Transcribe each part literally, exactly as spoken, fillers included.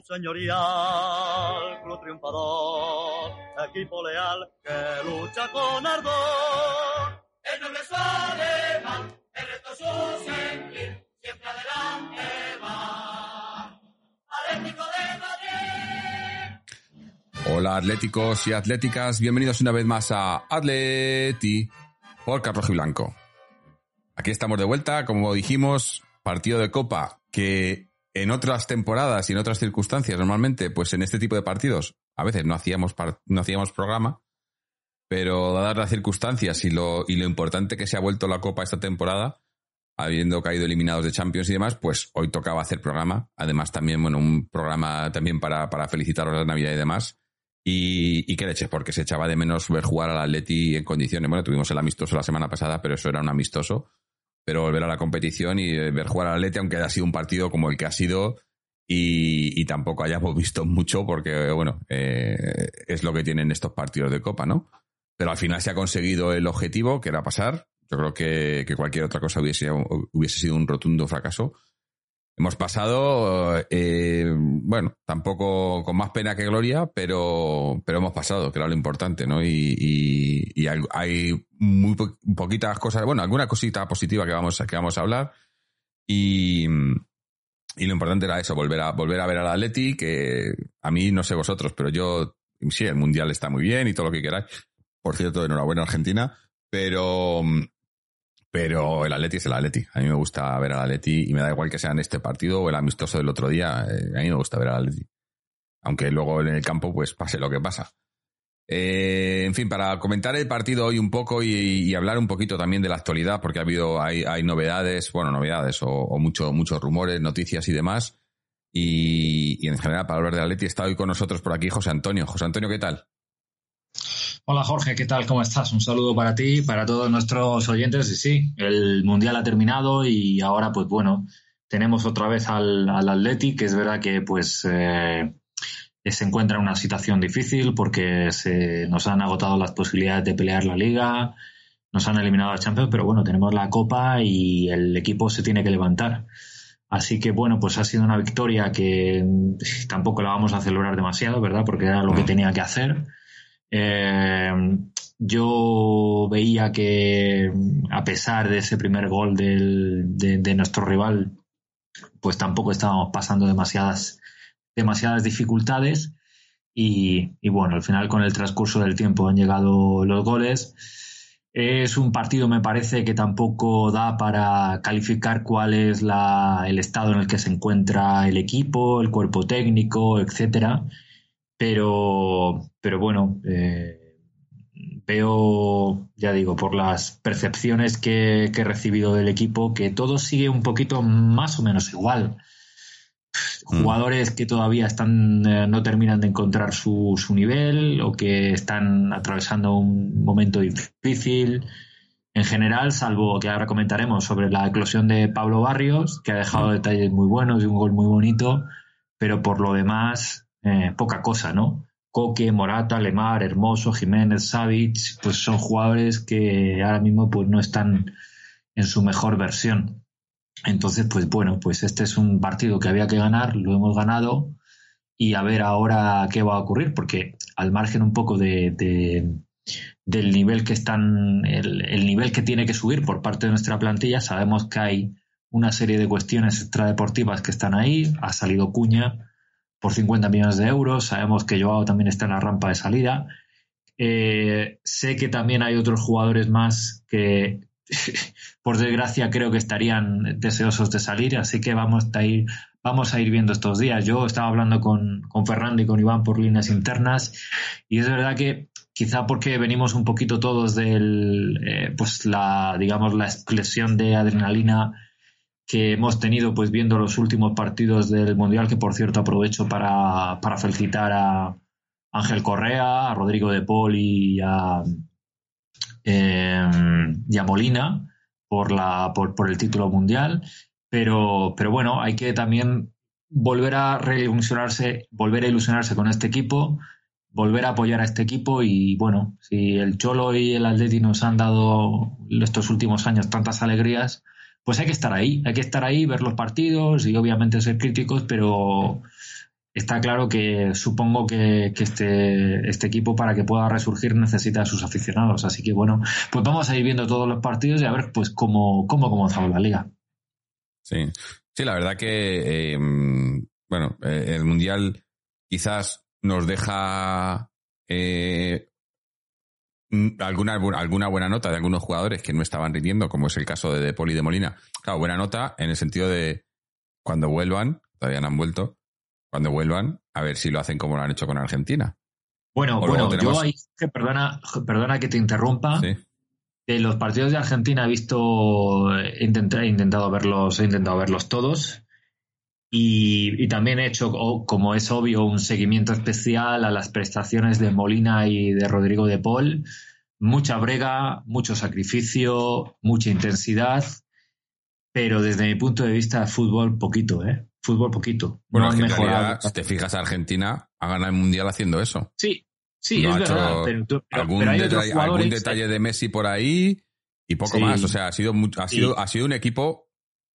un señorial club triunfador, equipo leal que lucha con ardor. El noble es alemán, el reto su sentir, siempre adelante va. Atlético de Madrid. Hola atléticos y atléticas, bienvenidos una vez más a Atleti por Rojo y Blanco. Aquí estamos de vuelta, como dijimos, partido de Copa que en otras temporadas y en otras circunstancias, normalmente, pues en este tipo de partidos, a veces no hacíamos par- no hacíamos programa, pero dadas las circunstancias y lo, y lo importante que se ha vuelto la Copa esta temporada, habiendo caído eliminados de Champions y demás, pues hoy tocaba hacer programa. Además también, bueno, un programa también para, para felicitaros la Navidad y demás. Y, y qué leches, porque se echaba de menos ver jugar al Atleti en condiciones. Bueno, tuvimos el amistoso la semana pasada, pero eso era un amistoso. Pero volver a la competición y ver jugar al Atleti, aunque haya sido un partido como el que ha sido y, y tampoco hayamos visto mucho, porque, bueno, eh, es lo que tienen estos partidos de Copa, ¿no? Pero al final se ha conseguido el objetivo, que era pasar. Yo creo que, que cualquier otra cosa hubiese, hubiese sido un rotundo fracaso. Hemos pasado, eh, bueno, tampoco con más pena que gloria, pero, pero hemos pasado, que era lo importante, ¿no? Y, y, y hay, hay muy po- poquitas cosas, bueno, alguna cosita positiva que vamos, que vamos a hablar. Y, y lo importante era eso, volver a, volver a ver al Atleti, que a mí, no sé vosotros, pero yo, sí, el Mundial está muy bien y todo lo que queráis. Por cierto, enhorabuena Argentina, pero... Pero el Atleti es el Atleti. A mí me gusta ver al Atleti y me da igual que sea en este partido o el amistoso del otro día. Eh, a mí me gusta ver al Atleti. Aunque luego en el campo pues pase lo que pasa. Eh, en fin, para comentar el partido hoy un poco y, y hablar un poquito también de la actualidad, porque ha habido, hay, hay novedades, bueno, novedades o, o mucho, muchos rumores, noticias y demás. Y, y en general, para hablar del Atleti, está hoy con nosotros por aquí José Antonio. José Antonio, ¿qué tal? Hola Jorge, ¿qué tal? ¿Cómo estás? Un saludo para ti y para todos nuestros oyentes. Y sí, el Mundial ha terminado y ahora, pues bueno, tenemos otra vez al, al Atleti, que es verdad que pues eh, se encuentra en una situación difícil porque se nos han agotado las posibilidades de pelear la Liga, nos han eliminado a Champions, pero bueno, tenemos la Copa y el equipo se tiene que levantar. Así que bueno, pues ha sido una victoria que tampoco la vamos a celebrar demasiado, ¿verdad? Porque era lo que tenía que hacer. Eh, yo veía que a pesar de ese primer gol del, de, de nuestro rival, pues tampoco estábamos pasando demasiadas, demasiadas dificultades y, y bueno, al final con el transcurso del tiempo han llegado los goles. Es un partido, me parece, que tampoco da para calificar cuál es la, el estado en el que se encuentra el equipo, el cuerpo técnico, etcétera. Pero, pero bueno, eh, veo, ya digo, por las percepciones que, que he recibido del equipo, que todo sigue un poquito más o menos igual. Mm. Jugadores que todavía están, eh, no terminan de encontrar su, su nivel o que están atravesando un momento difícil. En general, salvo que ahora comentaremos sobre la eclosión de Pablo Barrios, que ha dejado mm. detalles muy buenos y un gol muy bonito, pero por lo demás... Eh, poca cosa, ¿no? Coque, Morata, Lemar, Hermoso, Jiménez, Savic, pues son jugadores que ahora mismo pues no están en su mejor versión. Entonces, pues bueno, pues este es un partido que había que ganar, lo hemos ganado y a ver ahora qué va a ocurrir, porque al margen un poco de, de del nivel que están, el, el nivel que tiene que subir por parte de nuestra plantilla, sabemos que hay una serie de cuestiones extradeportivas que están ahí, ha salido Cuña por cincuenta millones de euros, sabemos que Joao también está en la rampa de salida. Eh, sé que también hay otros jugadores más que, por desgracia, creo que estarían deseosos de salir, así que vamos a ir, vamos a ir viendo estos días. Yo estaba hablando con, con Fernando y con Iván por líneas internas y es verdad que quizá porque venimos un poquito todos del, eh, pues la, digamos, la explosión de adrenalina que hemos tenido pues viendo los últimos partidos del Mundial, que por cierto aprovecho para, para felicitar a Ángel Correa, a Rodrigo de Paul y a, eh, y a Molina por, la, por, por el título mundial, pero, pero bueno, hay que también volver a reilusionarse, volver a ilusionarse con este equipo, volver a apoyar a este equipo y bueno, si el Cholo y el Atleti nos han dado estos últimos años tantas alegrías, pues hay que estar ahí, hay que estar ahí, ver los partidos y obviamente ser críticos, pero está claro que supongo que, que este, este equipo, para que pueda resurgir, necesita a sus aficionados. Así que bueno, pues vamos a ir viendo todos los partidos y a ver pues cómo, cómo comenzamos la liga. Sí, sí, la verdad que, eh, bueno, eh, el Mundial quizás nos deja eh, alguna, alguna buena nota de algunos jugadores que no estaban rindiendo, como es el caso de De Paul y de Molina. Claro, buena nota en el sentido de cuando vuelvan, todavía no han vuelto, cuando vuelvan, a ver si lo hacen como lo han hecho con Argentina. Bueno, O bueno, tenemos... yo ahí, perdona, perdona que te interrumpa. Sí. De los partidos de Argentina he visto, he intentado, he intentado verlos, he intentado verlos todos. Y, y también he hecho, como es obvio, un seguimiento especial a las prestaciones de Molina y de Rodrigo De Paul. Mucha brega, mucho sacrificio, mucha intensidad, pero desde mi punto de vista, fútbol poquito, ¿eh? Fútbol poquito. Bueno, no es han que en mejorado. realidad, si te fijas, Argentina ha ganado el Mundial haciendo eso. Sí, sí, no es ha verdad. hecho Pero, pero, algún, pero hay detalle, otros jugadores, algún detalle de Messi por ahí y poco Sí. más. O sea, ha sido, ha sido, Sí. ha sido un equipo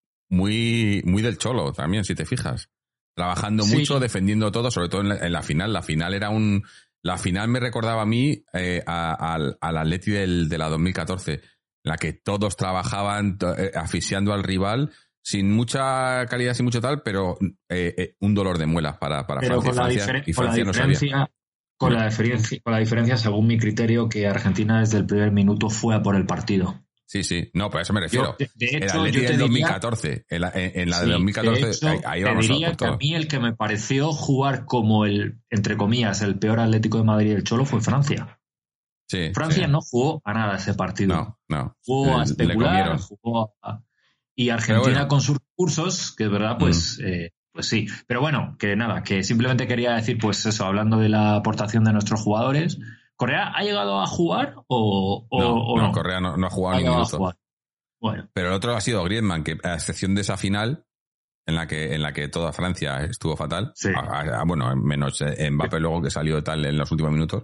muy, muy del cholo también, si te fijas. Trabajando Sí. mucho, defendiendo todo, sobre todo en la, en la final. La final era un... La final me recordaba a mí eh, a- al, al Atleti del, de la dos mil catorce, en la que todos trabajaban to- eh, asfixiando al rival sin mucha calidad, sin mucho tal, pero eh, eh, un dolor de muelas para, para Pero Francia. con la, Francia diferen- y con la Francia no sabía. diferencia, con la diferencia, con la diferencia, según mi criterio, que Argentina desde el primer minuto fue a por el partido. Sí, sí. No, pues a eso me refiero. Yo, de, de el hecho, Atleti yo te del diría, dos mil catorce. En la, en, en la de sí, dos mil catorce, de hecho, ahí, ahí te vamos a diría por que a todo. mí el que me pareció jugar como el, entre comillas, el peor Atlético de Madrid del Cholo fue Francia. Sí, Francia sí. no jugó a nada ese partido. No, no. Jugó a Le especular, comieron. jugó a... Y Argentina bueno. con sus recursos, que es verdad, pues, mm. eh, pues sí. Pero bueno, que nada, que simplemente quería decir, pues eso, hablando de la aportación de nuestros jugadores. ¿Correa ha llegado a jugar o, o No, o no, no? Correa no, no ha jugado Ha ni un llegado a minuto. jugar. Bueno, Pero el otro ha sido Griezmann, que a excepción de esa final, en la que, en la que toda Francia estuvo fatal, Sí. a- a- bueno, menos eh, Mbappé luego que salió tal en los últimos minutos,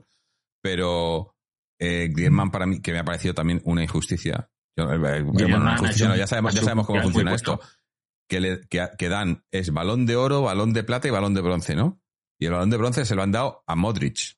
pero eh, Griezmann para mí, que me ha parecido también una injusticia. Yo, eh, eh, bueno, una injusticia, no, ya sabemos, ya sabemos cómo funciona esto. Que, le, que, que dan es balón de oro, balón de plata y balón de bronce, ¿no? Y el balón de bronce se lo han dado a Modric.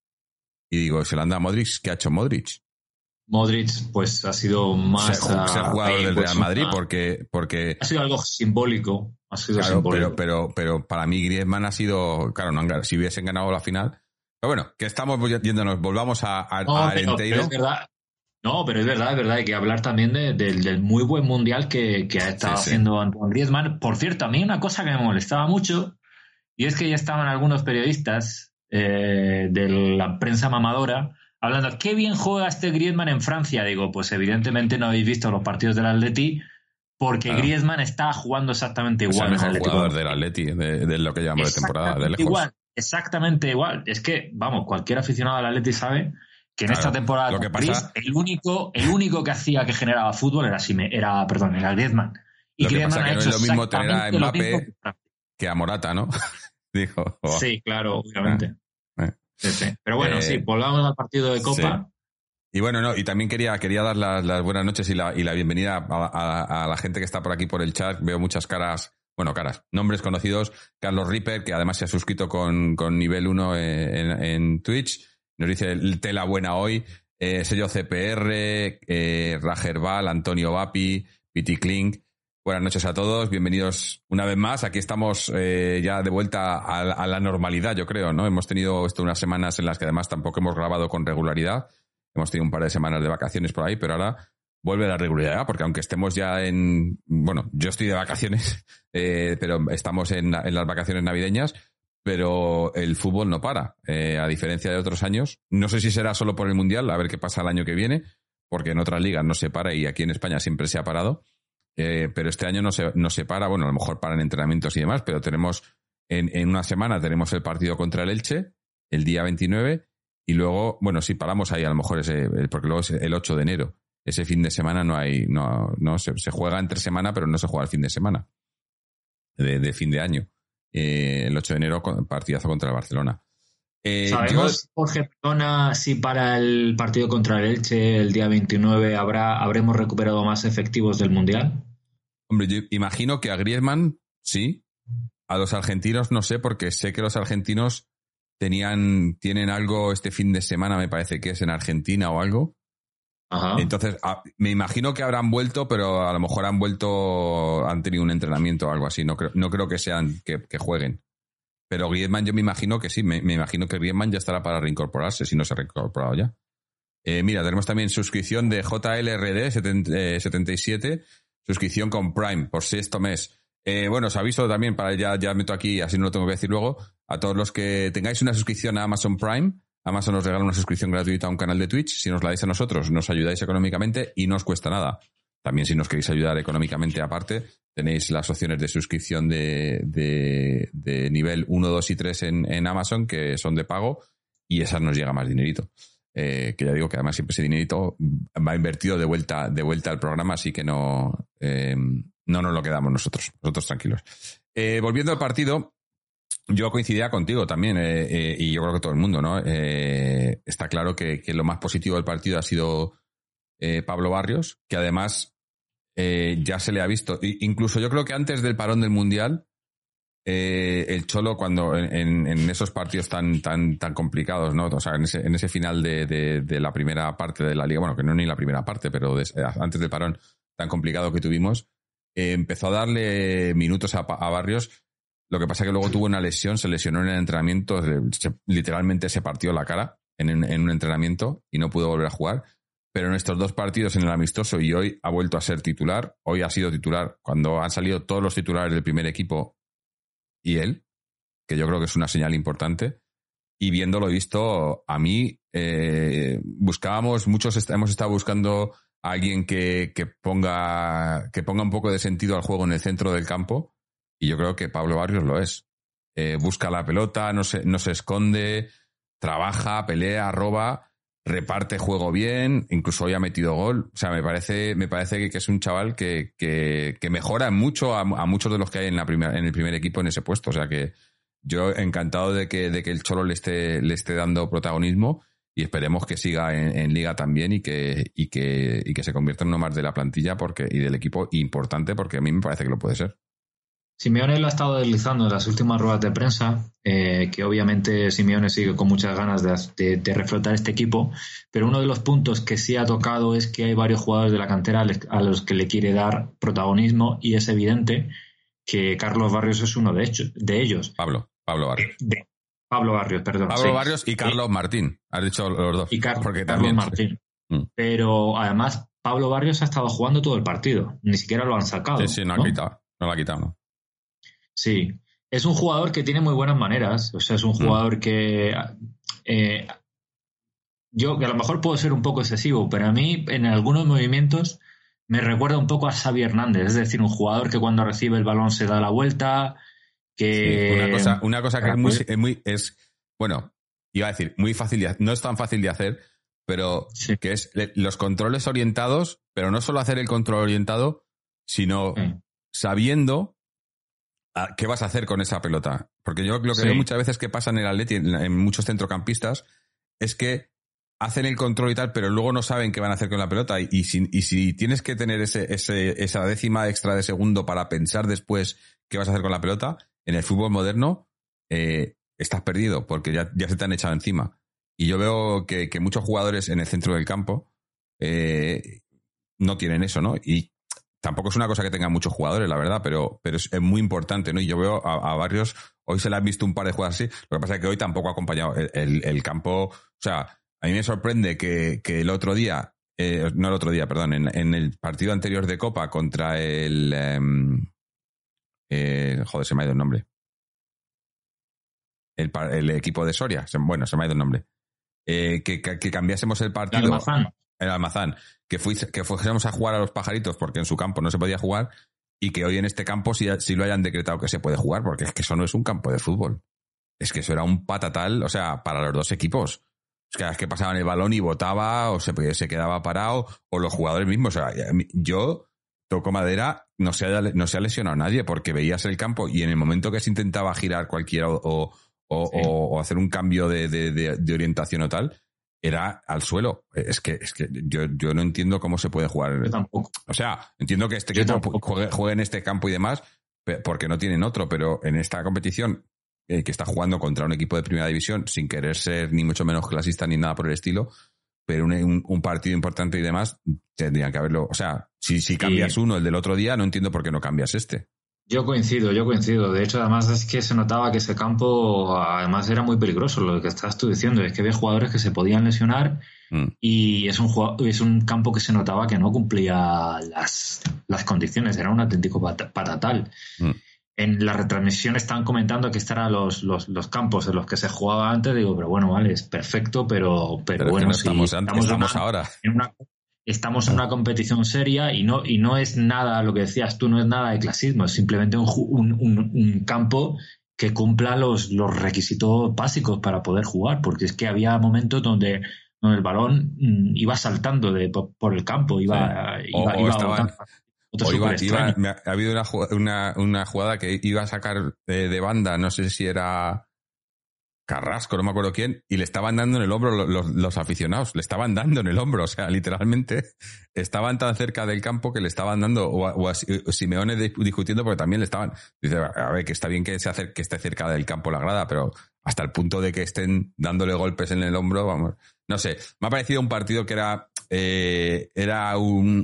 Y digo, se lo han dado a Modric, ¿qué ha hecho Modric? Modric, pues ha sido más... Ser, ser jugador ahí, del pues, Real Madrid, una- porque, porque Ha sido algo simbólico. Ha sido claro, simbólico. pero, pero, pero para mí Griezmann ha sido, claro, no han, gan- si hubiesen ganado la final. Pero bueno, que estamos yéndonos, volvamos a, a, No, a pero, Arenteiro. pero es verdad. No, pero es verdad, es verdad. Hay que hablar también de- del- del muy buen mundial que, que ha estado Sí, sí. haciendo Antoine Griezmann. Por cierto, a mí una cosa que me molestaba mucho, y es que ya estaban algunos periodistas eh, de la prensa mamadora hablando, qué bien juega este Griezmann en Francia. Digo, pues evidentemente no habéis visto los partidos del Atleti, porque Claro. Griezmann está jugando exactamente Es igual el en el mejor Atlético jugador de del Madrid. Atleti, de, de lo que llevamos de temporada, de lejos. Igual, exactamente igual. Es que, vamos, cualquier aficionado al Atleti sabe que en Claro, esta temporada lo que con Gris, pasa- el único, el único que hacía que generaba fútbol era Sime, era, perdón, era Griezmann. Y Lo que Griezmann pasa ha que no hecho es lo mismo tener a exactamente lo Mbappé mismo que Francia. Que a Morata, ¿no? Dijo. oh, Sí, claro, obviamente. eh. Sí, sí. Pero bueno, Eh, sí, volvamos al partido de Copa. Y bueno, no, y también quería, quería dar las, las buenas noches y la, y la bienvenida a, a- a la gente que está por aquí por el chat. Veo muchas caras, bueno, caras, nombres conocidos. Carlos Ripper, que además se ha suscrito con, con nivel uno en, en Twitch. Nos dice el tela buena hoy. Eh, sello C P R, eh, Rajerbal, Antonio Vapi, Piti Klink. Buenas noches a todos, bienvenidos una vez más. Aquí estamos eh, ya de vuelta a, a la normalidad, yo creo, ¿no? Hemos tenido esto unas semanas en las que además tampoco hemos grabado con regularidad. Hemos tenido un par de semanas de vacaciones por ahí, pero ahora vuelve la regularidad, porque aunque estemos ya en... Bueno, yo estoy de vacaciones, eh, pero estamos en, en las vacaciones navideñas, pero el fútbol no para, eh, a diferencia de otros años. No sé si será solo por el Mundial, a ver qué pasa el año que viene, porque en otras ligas no se para y aquí en España siempre se ha parado. Eh, pero este año no se, no se para, bueno, a lo mejor paran entrenamientos y demás, pero tenemos en, en una semana tenemos el partido contra el Elche, el día veintinueve, y luego, bueno, sí, paramos ahí a lo mejor, ese, porque luego es el ocho de enero. Ese fin de semana no hay, no, no se, se juega entre semana, pero no se juega el fin de semana, de, de fin de año. Eh, el ocho de enero, partidazo contra el Barcelona. Eh, ¿Sabemos, yo... Jorge, perdona, si para el partido contra el Elche el día veintinueve habrá, habremos recuperado más efectivos del Mundial? Hombre, yo imagino que a Griezmann sí, a los argentinos no sé, porque sé que los argentinos tenían tienen algo este fin de semana, me parece que es en Argentina o algo. Ajá. Entonces, a, me imagino que habrán vuelto, pero a lo mejor han vuelto, han tenido un entrenamiento o algo así. No creo, no creo que sean, que, que jueguen. Pero Griezmann yo me imagino que sí, me, me imagino que Griezmann ya estará para reincorporarse, si no se ha reincorporado ya. Eh, mira, tenemos también suscripción de J L R D setenta y siete, suscripción con Prime por sexto mes. Eh, bueno, os aviso también, para ya, ya meto aquí, así no lo tengo que decir luego, a todos los que tengáis una suscripción a Amazon Prime. Amazon nos regala una suscripción gratuita a un canal de Twitch. Si nos la dais a nosotros, nos ayudáis económicamente y no os cuesta nada. También si nos queréis ayudar económicamente aparte, tenéis las opciones de suscripción de, de, de nivel uno, dos y tres en, en Amazon, que son de pago, y esas nos llega más dinerito. Eh, que ya digo que además siempre ese dinerito va invertido de vuelta, de vuelta al programa, así que no, eh, no nos lo quedamos nosotros, nosotros tranquilos. Eh, volviendo al partido, yo coincidía contigo también, eh, eh, y yo creo que todo el mundo, ¿no? Eh, está claro que, que lo más positivo del partido ha sido eh, Pablo Barrios, que además eh, ya se le ha visto. Incluso yo creo que antes del parón del Mundial, eh, el Cholo, cuando en, en esos partidos tan tan tan complicados, ¿no? O sea, en ese, en ese final de, de, de la primera parte de la Liga, bueno, que no es ni la primera parte, pero de, antes del parón tan complicado que tuvimos, eh, empezó a darle minutos a, a Barrios. Lo que pasa es que luego tuvo una lesión, se lesionó en el entrenamiento, se, literalmente se partió la cara en, en un entrenamiento y no pudo volver a jugar. Pero en estos dos partidos, en el amistoso y hoy, ha vuelto a ser titular. Hoy ha sido titular cuando han salido todos los titulares del primer equipo y él, que yo creo que es una señal importante. Y viéndolo visto, a mí eh, buscábamos, muchos est- hemos estado buscando a alguien que, que, ponga, que ponga un poco de sentido al juego en el centro del campo. Y yo creo que Pablo Barrios lo es. Eh, busca la pelota, no se, no se esconde, trabaja, pelea, roba, reparte juego bien, incluso hoy ha metido gol. O sea, me parece, me parece que es un chaval que, que, que mejora mucho a, a muchos de los que hay en, la primer, en el primer equipo en ese puesto. O sea que yo encantado de que, de que el Cholo le esté, le esté dando protagonismo y esperemos que siga en, en Liga también y que, y, que, y que se convierta en uno más de la plantilla porque, y del equipo importante, porque a mí me parece que lo puede ser. Simeone lo ha estado deslizando en las últimas ruedas de prensa, eh, que obviamente Simeone sigue con muchas ganas de, de, de reflotar este equipo, pero uno de los puntos que sí ha tocado es que hay varios jugadores de la cantera a los que le quiere dar protagonismo y es evidente que Carlos Barrios es uno de, hecho, de ellos. Pablo, Pablo Barrios. De, Pablo Barrios, perdón. Pablo sí. Barrios y Carlos eh, Martín, has dicho los dos. Y Car- porque Carlos también, Martín. Sí. Pero además Pablo Barrios ha estado jugando todo el partido, ni siquiera lo han sacado. Sí, sí, no, ¿no? ha quitado, no lo ha quitado, ¿no? Sí, es un jugador que tiene muy buenas maneras, o sea, es un jugador mm. que eh, yo que a lo mejor puedo ser un poco excesivo, pero a mí en algunos movimientos me recuerda un poco a Xavi Hernández, es decir, un jugador que cuando recibe el balón se da la vuelta, que... Sí, una cosa, una cosa que es muy, es muy, es, bueno, iba a decir, muy fácil, de, no es tan fácil de hacer, pero sí. que es los controles orientados, pero no solo hacer el control orientado, sino sí. sabiendo ¿qué vas a hacer con esa pelota? Porque yo lo que sí. veo muchas veces que pasa en el Atleti, en, en muchos centrocampistas, es que hacen el control y tal, pero luego no saben qué van a hacer con la pelota. Y, y, si, y si tienes que tener ese, ese, esa décima extra de segundo para pensar después qué vas a hacer con la pelota, en el fútbol moderno eh, estás perdido, porque ya, ya se te han echado encima. Y yo veo que, que muchos jugadores en el centro del campo eh, no tienen eso, ¿no? Y tampoco es una cosa que tengan muchos jugadores, la verdad, pero, pero es, es muy importante, ¿no? Y yo veo a, a Barrios, hoy se le han visto un par de jugadas así, lo que pasa es que hoy tampoco ha acompañado el, el, el campo. O sea, a mí me sorprende que, que el otro día, eh, no el otro día, perdón, en, en el partido anterior de Copa contra el... Eh, eh, joder, se me ha ido el nombre. El, el equipo de Soria, bueno, se me ha ido el nombre. Eh, que, que, que cambiásemos el partido... El Almazán. El Almazán. Que, fui, que fuésemos a jugar a los pajaritos porque en su campo no se podía jugar y que hoy en este campo sí, sí lo hayan decretado que se puede jugar, porque es que eso no es un campo de fútbol. Es que eso era un patatal, o sea, para los dos equipos. Es que, es que pasaban el balón y botaba, o se, se quedaba parado, o los jugadores mismos. O sea, yo, toco madera, no se, ha, no se ha lesionado a nadie porque veías el campo y en el momento que se intentaba girar cualquiera o, o, sí. o, o hacer un cambio de, de, de, de orientación o tal, era al suelo. Es que, es que yo, yo no entiendo cómo se puede jugar. Yo tampoco. O sea, entiendo que este equipo juegue, juegue en este campo y demás, porque no tienen otro, pero en esta competición eh, que está jugando contra un equipo de primera división, sin querer ser ni mucho menos clasista ni nada por el estilo, pero un, un, un partido importante y demás, tendrían que haberlo. O sea, si, si cambias sí. uno, el del otro día, no entiendo por qué no cambias este. Yo coincido, yo coincido. De hecho, además es que se notaba que ese campo, además era muy peligroso, lo que estás tú diciendo, es que había jugadores que se podían lesionar mm. y es un, es un campo que se notaba que no cumplía las, las condiciones, era un auténtico pat- patatal. Mm. En la retransmisión están comentando que estos eran los, los, los campos en los que se jugaba antes. Digo, pero bueno, vale, es perfecto, pero, pero, pero bueno, es que no estamos, sí, antes, estamos una, ahora. En una, estamos en una competición seria y no, y no es nada, lo que decías tú, no es nada de clasismo, es simplemente un, un, un, un campo que cumpla los, los requisitos básicos para poder jugar, porque es que había momentos donde, donde el balón mm, iba saltando de, por, por el campo, iba, sí. iba, o, iba o estaban... Otro o iba, iba, me ha, ha habido una, una, una jugada que iba a sacar de, de banda, no sé si era Carrasco, no me acuerdo quién, y le estaban dando en el hombro los, los, los aficionados, le estaban dando en el hombro, o sea, literalmente estaban tan cerca del campo que le estaban dando, o a, o a Simeone discutiendo porque también le estaban, dice, a ver, que está bien que, se acer, que esté cerca del campo la grada, pero hasta el punto de que estén dándole golpes en el hombro, vamos, no sé, me ha parecido un partido que era... Eh, era un,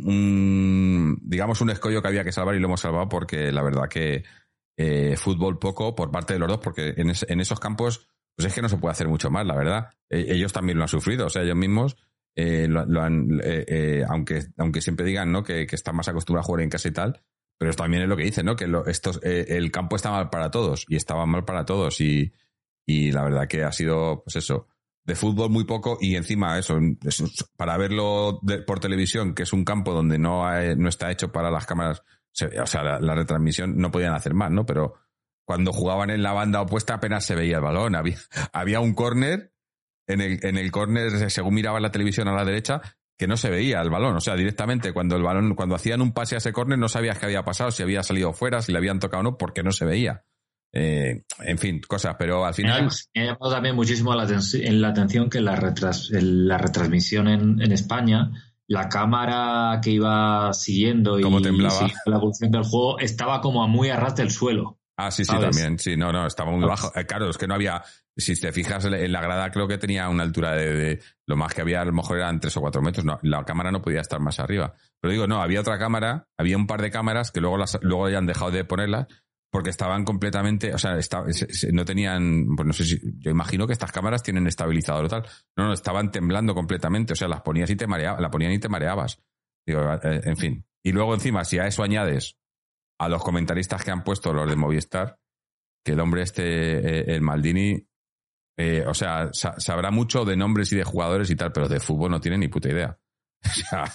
un digamos un escollo que había que salvar y lo hemos salvado porque la verdad que eh, fútbol poco por parte de los dos, porque en, es, en esos campos pues es que no se puede hacer mucho más, la verdad. Eh, ellos también lo han sufrido, o sea, ellos mismos eh, lo, lo han eh, eh, aunque aunque siempre digan, ¿no?, que, que están más acostumbrados a jugar en casa y tal, pero también es lo que dicen, ¿no?, que lo, estos, eh, el campo está mal para todos y estaba mal para todos y, y la verdad que ha sido, pues eso, de fútbol muy poco y encima eso, eso para verlo de, por televisión, que es un campo donde no, hay, no está hecho para las cámaras, o sea, la, la retransmisión no podían hacer más, ¿no? Pero cuando jugaban en la banda opuesta apenas se veía el balón. Había, había un córner, en el, en el córner, según miraba la televisión a la derecha, que no se veía el balón. O sea, directamente cuando el balón, cuando hacían un pase a ese córner no sabías qué había pasado, si había salido fuera, si le habían tocado o no, porque no se veía. Eh, en fin, cosas, pero al final... Me ha llamado también muchísimo la, aten- la atención que la, retras- la retransmisión en, en España, la cámara que iba siguiendo y siguiendo la evolución del juego estaba como a muy a ras del suelo. Ah, sí, sí, ¿sabes? También, sí, no, no, estaba muy bajo. Eh, claro, es que no había, si te fijas en la grada creo que tenía una altura de, de lo más que había a lo mejor eran tres o cuatro metros, no, la cámara no podía estar más arriba. Pero digo, no, había otra cámara, había un par de cámaras que luego las, luego ya han dejado de ponerlas, porque estaban completamente, o sea, está, no tenían, pues no sé si, yo imagino que estas cámaras tienen estabilizador o tal. No, no, estaban temblando completamente, o sea, las ponías y te mareabas, la ponían y te mareabas. Digo, eh, en fin. Y luego encima, si a eso añades a los comentaristas que han puesto los de Movistar, que el hombre este, eh, el Maldini, eh, o sea, sa- sabrá mucho de nombres y de jugadores y tal, pero de fútbol no tiene ni puta idea. O sea,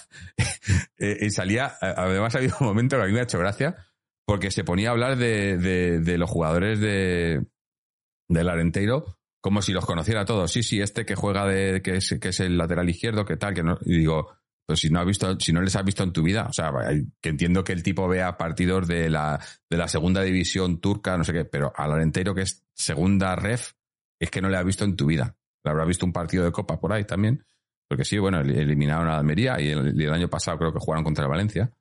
eh, y salía, además ha habido un momento que a mí me ha hecho gracia, porque se ponía a hablar de, de, de los jugadores de del Arenteiro como si los conociera a todos. Sí, sí, este que juega de, que es, que es el lateral izquierdo, que tal, que no, y digo, pues si no has visto, si no les has visto en tu vida, o sea, que entiendo que el tipo vea partidos de la, de la segunda división turca, no sé qué, pero al Arenteiro, que es segunda ref, es que no le has visto en tu vida. Le habrás visto un partido de Copa por ahí también, porque sí, bueno, eliminaron a Almería y el, y el año pasado creo que jugaron contra el Valencia,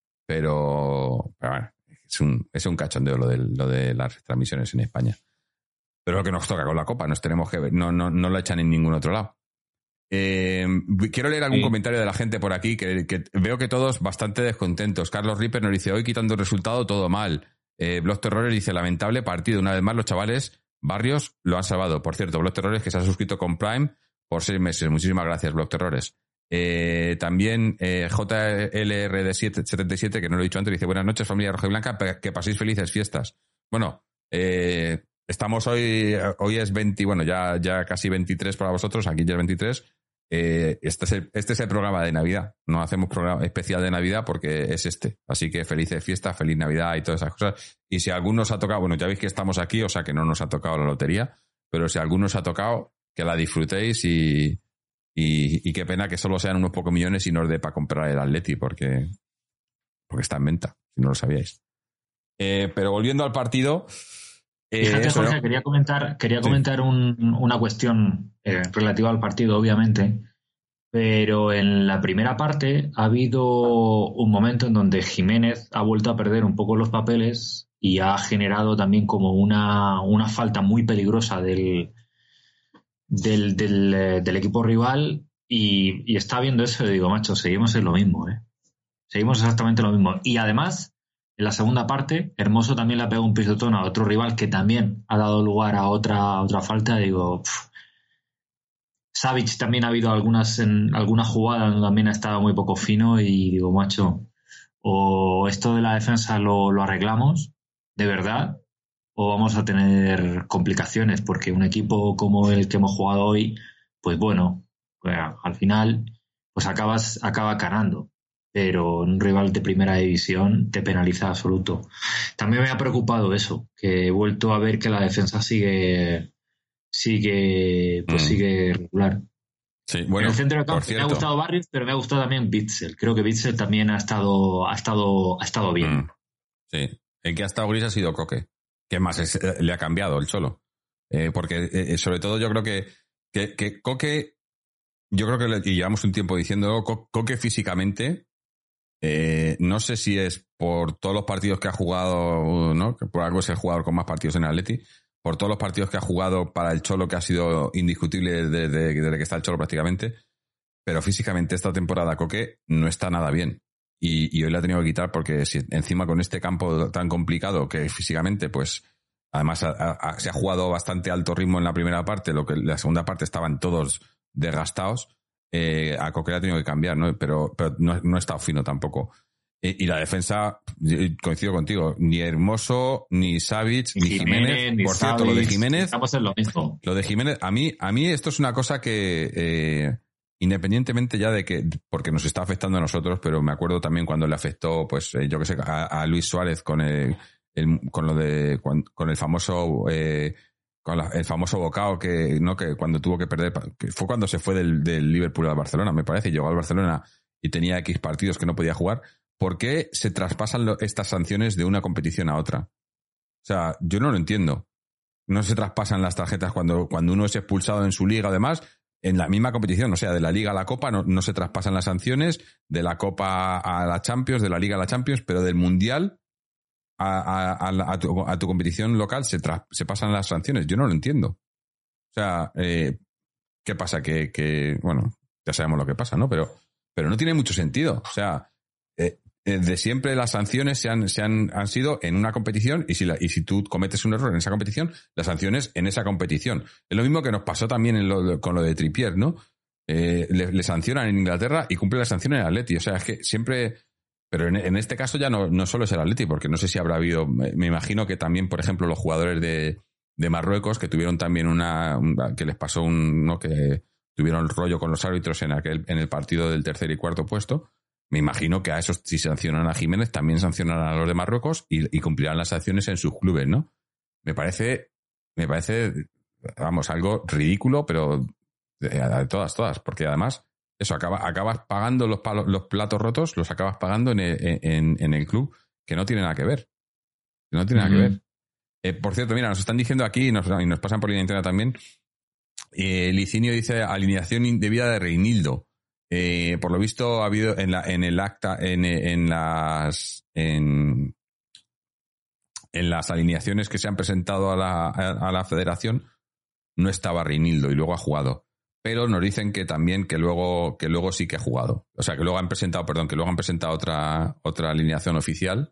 pero, pero bueno, es un, es un cachondeo lo de, lo de las transmisiones en España. Pero lo que nos toca con la Copa, nos tenemos que ver, no, no, no la echan en ningún otro lado. Eh, quiero leer algún sí. comentario de la gente por aquí, que, que veo que todos bastante descontentos. Carlos Ripper nos dice, hoy quitando el resultado, todo mal. Eh, Blog Terrores dice, lamentable partido. Una vez más, los chavales Barrios lo han salvado. Por cierto, Blog Terrores, que se ha suscrito con Prime por seis meses. Muchísimas gracias, Blog Terrores. Eh, también eh, J L R D setenta y siete, que no lo he dicho antes, dice, buenas noches, familia roja y blanca, que paséis felices fiestas. Bueno, eh... Estamos hoy, hoy es veinte, bueno, ya, ya casi veintitrés para vosotros, aquí ya es veintitrés. Eh, este, es el, este es el programa de Navidad. No hacemos programa especial de Navidad porque es este. Así que felices fiestas, feliz Navidad y todas esas cosas. Y si a alguno os ha tocado, bueno, ya veis que estamos aquí, o sea que no nos ha tocado la lotería, pero si a alguno os ha tocado, que la disfrutéis y, y, y qué pena que solo sean unos pocos millones y no os dé para comprar el Atleti porque, porque está en venta, si no lo sabíais. Eh, pero volviendo al partido... Fíjate, Jorge, quería comentar, quería comentar sí. un, una cuestión eh, relativa al partido, obviamente, pero en la primera parte ha habido un momento en donde Jiménez ha vuelto a perder un poco los papeles y ha generado también como una, una falta muy peligrosa del, del, del, del equipo rival y, y está viendo eso y digo, macho, seguimos en lo mismo, ¿eh? Seguimos exactamente lo mismo. Y además, en la segunda parte, Hermoso también le ha pegado un pisotón a otro rival que también ha dado lugar a otra, a otra falta. Digo, pff. Savic también ha habido algunas en alguna jugada donde también ha estado muy poco fino y digo, macho, o esto de la defensa lo, lo arreglamos de verdad o vamos a tener complicaciones porque un equipo como el que hemos jugado hoy, pues bueno, pues al final pues acabas acaba ganando. Pero un rival de primera división te penaliza absoluto. También me ha preocupado eso, que he vuelto a ver que la defensa sigue sigue pues mm. sigue regular. Sí, bueno, en el centro del campo me ha gustado Barrios, pero me ha gustado también Witsel. Creo que Witsel también ha estado ha estado ha estado bien. Mm. Sí, el que ha estado gris ha sido Coque, que más es, le ha cambiado el Cholo. Eh, porque eh, sobre todo yo creo que, que, que Coque, yo creo que le, y llevamos un tiempo diciéndolo, Co- Coque físicamente Eh, no sé si es por todos los partidos que ha jugado, ¿no? Que por algo es el jugador con más partidos en el Atleti, por todos los partidos que ha jugado para el Cholo, que ha sido indiscutible desde, desde que está el Cholo prácticamente, pero físicamente esta temporada Coque no está nada bien y, y hoy la ha tenido que quitar porque si, encima con este campo tan complicado que físicamente pues además ha, ha, se ha jugado bastante alto ritmo en la primera parte, lo que en la segunda parte estaban todos desgastados. Eh, a Coque le ha tenido que cambiar, ¿no? Pero, pero no, no ha estado fino tampoco. Eh, y la defensa, coincido contigo, ni Hermoso, ni Savic, ni, ni Jiménez. Jiménez. Ni Por cierto, Savic, lo de Jiménez. Estamos en lo mismo. Lo de Jiménez, a mí, a mí esto es una cosa que, eh, independientemente ya de que, porque nos está afectando a nosotros, pero me acuerdo también cuando le afectó, pues, eh, yo qué sé, a, a Luis Suárez con el, el, con lo de, con, con el famoso, eh, con la, el famoso bocao que no que cuando tuvo que perder, que fue cuando se fue del, del Liverpool al Barcelona, me parece, y llegó al Barcelona y tenía X partidos que no podía jugar. ¿Por qué se traspasan lo, estas sanciones de una competición a otra? O sea, yo no lo entiendo. No se traspasan las tarjetas cuando, cuando uno es expulsado en su liga, además, en la misma competición, o sea, de la Liga a la Copa no, no se traspasan las sanciones, de la Copa a la Champions, de la Liga a la Champions, pero del Mundial A, a, a, a, tu, a tu competición local se, tra- se pasan las sanciones. Yo no lo entiendo. O sea, eh, ¿qué pasa? Que, que, bueno, ya sabemos lo que pasa, ¿no? Pero, pero no tiene mucho sentido. O sea, eh, eh, de siempre las sanciones se han, se han, han sido en una competición y si, la, y si tú cometes un error en esa competición, las sanciones en esa competición. Es lo mismo que nos pasó también en lo, con lo de Trippier, ¿no? Eh, le, le sancionan en Inglaterra y cumple la sanción en el Atleti. O sea, es que siempre... Pero en, en este caso ya no, no solo es el Atleti, porque no sé si habrá habido... Me, me imagino que también, por ejemplo, los jugadores de, de Marruecos, que tuvieron también una... una que les pasó un... ¿no? Que tuvieron rollo con los árbitros en aquel en el partido del tercer y cuarto puesto. Me imagino que a esos, si sancionan a Jiménez, también sancionarán a los de Marruecos y, y cumplirán las sanciones en sus clubes, ¿no? Me parece... Me parece, vamos, algo ridículo, pero de, de todas, todas. Porque además... Eso, acaba, acabas pagando los, palos, los platos rotos, los acabas pagando en el, en, en el club, que no tiene nada que ver. Que no tiene mm-hmm. nada que ver. Eh, por cierto, mira, nos están diciendo aquí, y nos, y nos pasan por línea interna también, eh, Licinio dice alineación indebida de Reinildo. Eh, por lo visto ha habido en, la, en el acta, en, en las en, en las alineaciones que se han presentado a la, a, a la federación, no estaba Reinildo y luego ha jugado. Pero nos dicen que también que luego que luego sí que ha jugado. O sea, que luego han presentado, perdón, que luego han presentado otra otra alineación oficial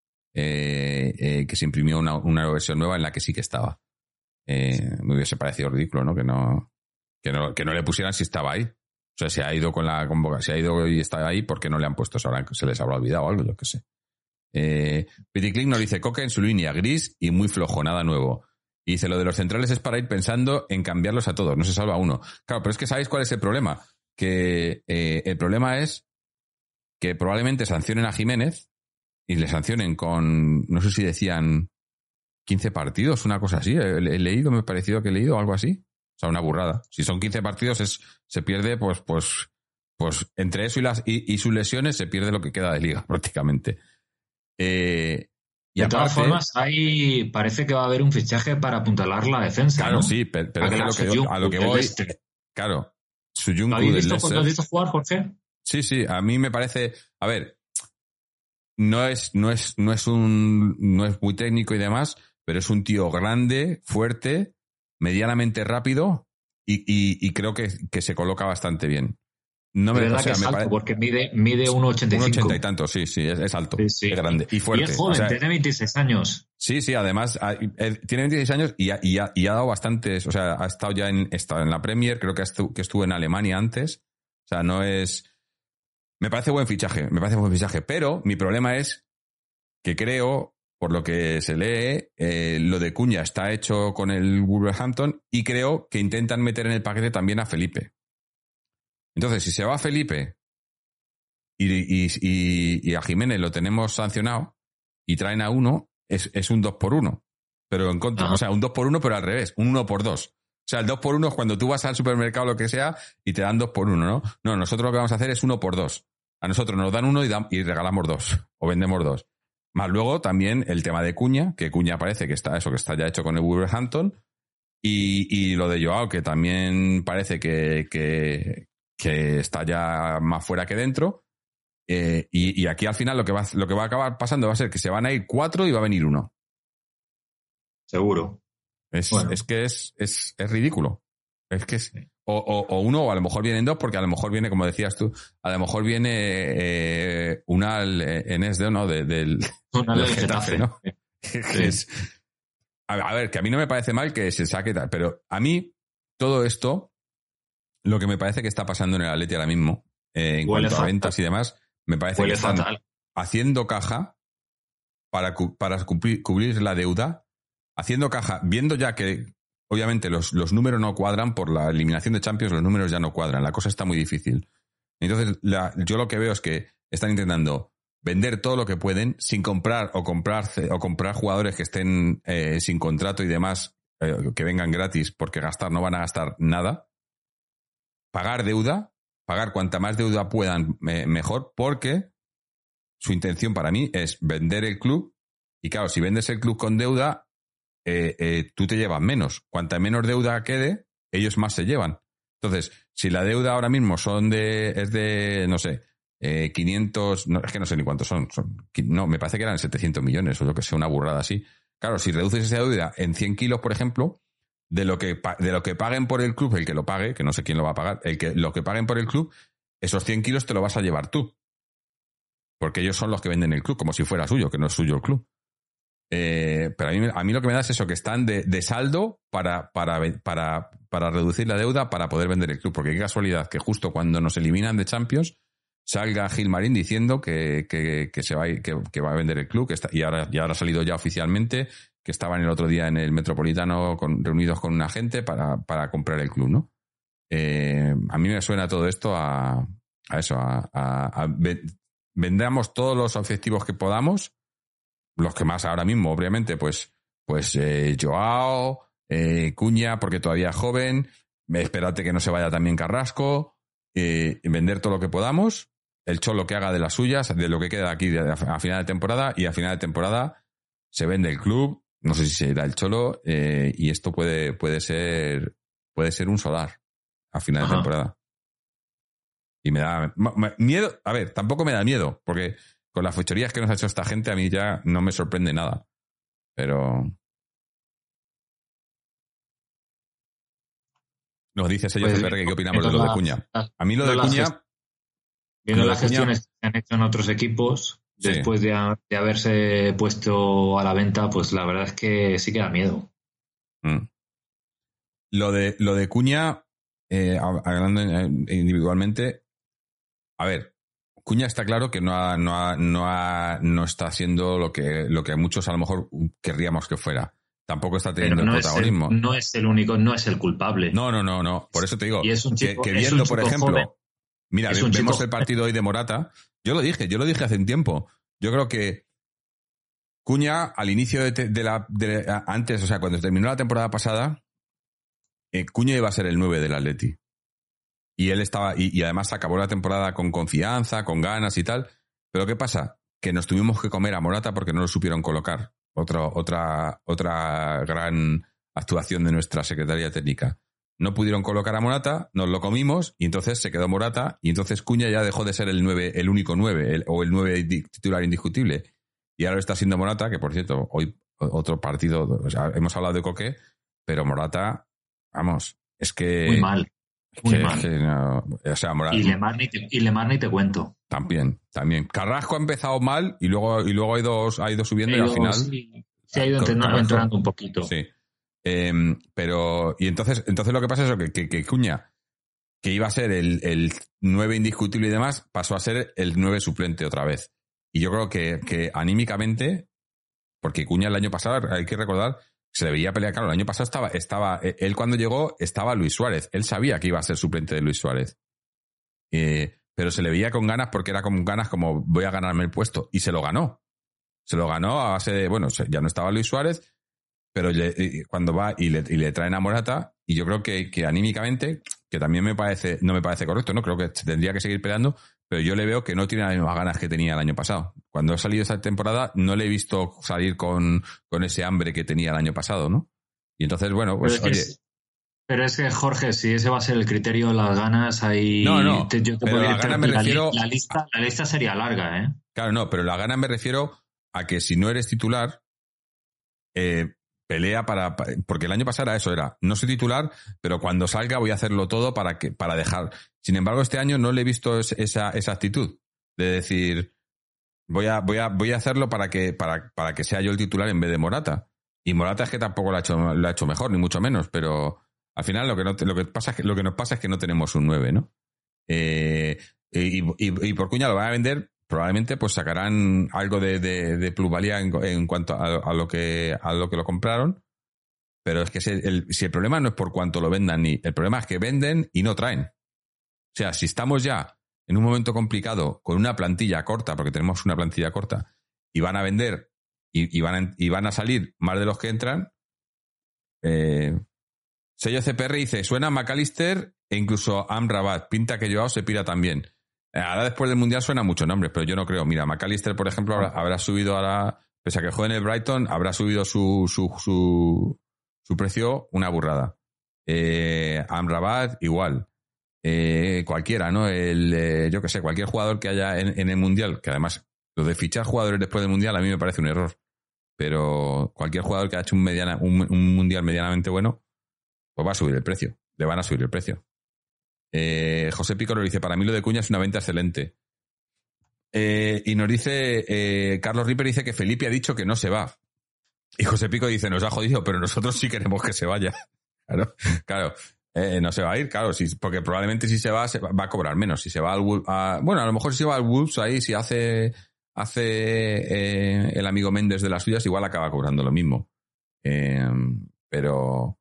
eh, eh, que se imprimió una, una versión nueva en la que sí que estaba. Eh, me hubiese parecido ridículo, ¿no? Que no que no que no le pusieran si estaba ahí. O sea, si ha ido con la convocación, si ha ido y está ahí, ¿por qué no le han puesto? Se les habrá olvidado algo, yo qué sé. Eh, Piticlin nos dice Coque en su línea gris y muy flojo, nada nuevo. Y dice, lo de los centrales es para ir pensando en cambiarlos a todos, no se salva uno. Claro, pero es que ¿sabéis cuál es el problema? Que eh, el problema es que probablemente sancionen a Jiménez y le sancionen con, no sé si decían quince partidos, una cosa así. He, he leído, me ha parecido que he leído algo así. O sea, una burrada. Si son quince partidos, es, se pierde, pues, pues, pues entre eso y, las, y, y sus lesiones se pierde lo que queda de liga, prácticamente. Eh... Y de aparte, todas formas, ahí parece que va a haber un fichaje para apuntalar la defensa. Claro, ¿no? sí, pero, pero es lo que yo, a lo que voy. Claro, Suyuncu ¿Lo habéis del visto Leicester. cuando has visto jugar, Jorge? Sí, sí, a mí me parece. A ver, no es, no es, no es un, no es muy técnico y demás, pero es un tío grande, fuerte, medianamente rápido y, y, y creo que, que se coloca bastante bien. No me, de verdad o sea, que es me alto, pare... porque mide, mide uno ochenta y cinco. uno ochenta y tanto, sí, sí, es, es alto, sí, sí. es grande y fuerte. Y es joven, o sea, tiene veintiséis años. Sí, sí, además ha, eh, tiene veintiséis años y ha, y, ha, y ha dado bastantes, o sea, ha estado ya en, está en la Premier, creo que estuvo, que estuvo en Alemania antes, o sea, no es... Me parece buen fichaje, me parece buen fichaje, pero mi problema es que creo, por lo que se lee, eh, lo de Cunha está hecho con el Wolverhampton y creo que intentan meter en el paquete también a Felipe. Entonces, si se va Felipe y, y, y, y a Jiménez lo tenemos sancionado y traen a uno, es, es un dos por uno. Pero en contra, Ajá. o sea, un dos por uno, pero al revés, un uno por dos. O sea, el dos por uno es cuando tú vas al supermercado o lo que sea y te dan dos por uno, ¿no? No, nosotros lo que vamos a hacer es uno por dos. A nosotros nos dan uno y, dan, y regalamos dos. O vendemos dos. Más luego también el tema de Cunha, que Cunha parece que está eso, que está ya hecho con el Wolverhampton. Y, y lo de Joao, que también parece que, que, que está ya más fuera que dentro. Eh, y, y aquí al final lo que, va, lo que va a acabar pasando va a ser que se van a ir cuatro y va a venir uno. Seguro. Es, bueno. es que es, es, es ridículo. Es que es... O, o, o uno, o a lo mejor vienen dos, porque a lo mejor viene, como decías tú, a lo mejor viene eh, una en S D, ¿no? De, del, una del Getafe, Getafe, ¿no? Sí. es, a, ver, a ver, que a mí no me parece mal que se saque tal, pero a mí todo esto, lo que me parece que está pasando en el Atleti ahora mismo, eh, en Huele cuanto fatal. a ventas y demás, me parece Huele que están fatal. haciendo caja para, para cubrir, cubrir la deuda, haciendo caja, viendo ya que obviamente los, los números no cuadran por la eliminación de Champions, los números ya no cuadran, la cosa está muy difícil. Entonces, la, yo lo que veo es que están intentando vender todo lo que pueden sin comprar o comprar o comprar jugadores que estén eh, sin contrato y demás, eh, que vengan gratis, porque gastar no van a gastar nada. Pagar deuda, pagar cuanta más deuda puedan eh, mejor, porque su intención para mí es vender el club. Y claro, si vendes el club con deuda, Eh, eh, tú te llevas menos. Cuanta menos deuda quede, ellos más se llevan. Entonces, si la deuda ahora mismo son de, es de, no sé, eh, quinientos, no, es que no sé ni cuántos son, son, no, me parece que eran setecientos millones o yo que sé, una burrada así. Claro, si reduces esa deuda en cien kilos, por ejemplo, de lo que, de lo que paguen por el club, el que lo pague, que no sé quién lo va a pagar, el que, lo que paguen por el club, esos cien kilos te lo vas a llevar tú. Porque ellos son los que venden el club, como si fuera suyo, que no es suyo el club. Eh, pero a mí, a mí lo que me da es eso, que están de, de saldo para, para, para, para reducir la deuda para poder vender el club. Porque qué casualidad que justo cuando nos eliminan de Champions salga Gilmarín diciendo que, que, que se va a, que, que va a vender el club, que está, y ahora, y ahora ha salido ya oficialmente, que estaban el otro día en el Metropolitano con, reunidos con una gente para, para comprar el club, ¿no? Eh, a mí me suena todo esto a, a eso, a, a, a vendamos todos los objetivos que podamos. Los que más ahora mismo, obviamente, pues, pues eh, Joao, eh, Cunha, porque todavía es joven, espérate que no se vaya también Carrasco, eh, vender todo lo que podamos, el Cholo que haga de las suyas, de lo que queda aquí de, a final de temporada, y a final de temporada se vende el club, no sé si se irá el Cholo, eh, y esto puede, puede ser, puede ser un solar a final Ajá. de temporada. Y me da me, miedo, a ver, tampoco me da miedo, porque con las fechorías que nos ha hecho esta gente, a mí ya no me sorprende nada. Pero... Nos dice Sello pues, C P R que qué opinamos de lo de Cunha. A mí lo de Cunha... Viendo las gestiones que se han hecho en otros equipos, sí. después de, de haberse puesto a la venta, pues la verdad es que sí que da miedo. Mm. Lo de, lo de Cunha, eh, hablando individualmente, a ver... Cunha está claro que no ha, no ha, no ha, no está haciendo lo que, lo que muchos a lo mejor querríamos que fuera. Tampoco está teniendo no el protagonismo. Es el, no es el único, no es el culpable. No, no, no, no. Por eso te digo y es un chico, que, que viendo, por ejemplo, joven. mira, es vemos chico... el partido hoy de Morata. Yo lo dije, yo lo dije hace un tiempo. Yo creo que Cunha, al inicio de, de la, de, antes, o sea, cuando terminó la temporada pasada, eh, Cunha iba a ser el nueve del Atleti. Y él estaba, y, y además acabó la temporada con confianza, con ganas y tal. Pero ¿qué pasa? Que nos tuvimos que comer a Morata porque no lo supieron colocar. Otra, otra, otra gran actuación de nuestra secretaría técnica. no pudieron colocar a Morata, nos lo comimos y entonces se quedó Morata y entonces Cunha ya dejó de ser el nueve, el único nueve, el, o el nueve titular indiscutible. Y ahora está siendo Morata, que por cierto, hoy otro partido, o sea, hemos hablado de Coque, pero Morata, vamos, es que... Muy mal, muy que, mal. Que no, o sea, Morata, y, Lemar ni te, y Lemar ni te cuento. También, también. Carrasco ha empezado mal y luego, y luego ha, ido, ha ido subiendo ido, y al final... Sí, sí ha ido entrenando, entrenando un poquito. Sí. Eh, pero, y entonces, entonces lo que pasa es que, que, que Cunha, que iba a ser el, el nueve indiscutible y demás, pasó a ser el nueve suplente otra vez. Y yo creo que, que anímicamente, porque Cunha el año pasado, hay que recordar, se le veía pelear, claro, el año pasado estaba, estaba, él cuando llegó estaba Luis Suárez, él sabía que iba a ser suplente de Luis Suárez. Eh, pero se le veía con ganas porque era con ganas como voy a ganarme el puesto, y se lo ganó. Se lo ganó a base de, bueno, ya no estaba Luis Suárez, pero le, cuando va y le, y le traen a Morata, y yo creo que, que anímicamente, que también me parece, no me parece correcto, ¿no? Creo que tendría que seguir peleando, pero yo le veo que no tiene las mismas ganas que tenía el año pasado. Cuando ha salido esa temporada, no le he visto salir con, con ese hambre que tenía el año pasado, ¿no? Y entonces, bueno, pues, pero es oye... Es, pero es que, Jorge, si ese va a ser el criterio de las ganas, ahí... No, no, te, yo te pero podría la gana me la, refiero... La lista, la lista sería larga, ¿eh? Claro, no, pero la gana me refiero a que si no eres titular... Eh, pelea para, porque el año pasado era eso, era no soy titular, pero cuando salga voy a hacerlo todo para que para dejar. Sin embargo, este año no le he visto esa, esa actitud de decir voy a voy a voy a hacerlo para que para, para que sea yo el titular en vez de Morata. Y Morata es que tampoco lo ha hecho lo ha hecho mejor ni mucho menos, pero al final lo que no lo que pasa es que lo que nos pasa es que no tenemos un nueve, ¿no? Eh, y, y, y por Cunha lo van a vender. Probablemente pues sacarán algo de, de, de plusvalía en, en cuanto a, a lo que a lo que lo compraron, pero es que si el, si el problema no es por cuánto lo vendan, ni el problema es que venden y no traen. O sea, si estamos ya en un momento complicado con una plantilla corta, porque tenemos una plantilla corta, y van a vender y, y, van, a, y van a salir más de los que entran, eh, sello C P R dice, suena McAllister e incluso Amrabat, pinta que Joao se pira también. Ahora después del Mundial suena muchos nombres, pero yo no creo. Mira, McAllister, por ejemplo, habrá, habrá subido ahora, pese a que juegue en el Brighton, habrá subido su su su, su precio una burrada. Eh, Amrabat, igual. Eh, cualquiera, ¿no? El, eh, yo qué sé, cualquier jugador que haya en, en el Mundial, que además lo de fichar jugadores después del Mundial a mí me parece un error. Pero cualquier jugador que haya hecho un, mediana, un, un Mundial medianamente bueno, pues va a subir el precio. Le van a subir el precio. Eh, José Pico nos dice, para mí lo de Cunha es una venta excelente. Eh, y nos dice, eh, Carlos Ripper dice que Felipe ha dicho que no se va. Y José Pico dice, nos ha jodido, pero nosotros sí queremos que se vaya. Claro, claro. Eh, no se va a ir, claro, si, porque probablemente si se va, se va, va a cobrar menos. Si se va al Wolves, a, bueno, a lo mejor si se va al Wolves ahí, si hace, hace eh, el amigo Méndez de las suyas, igual acaba cobrando lo mismo. Eh, pero...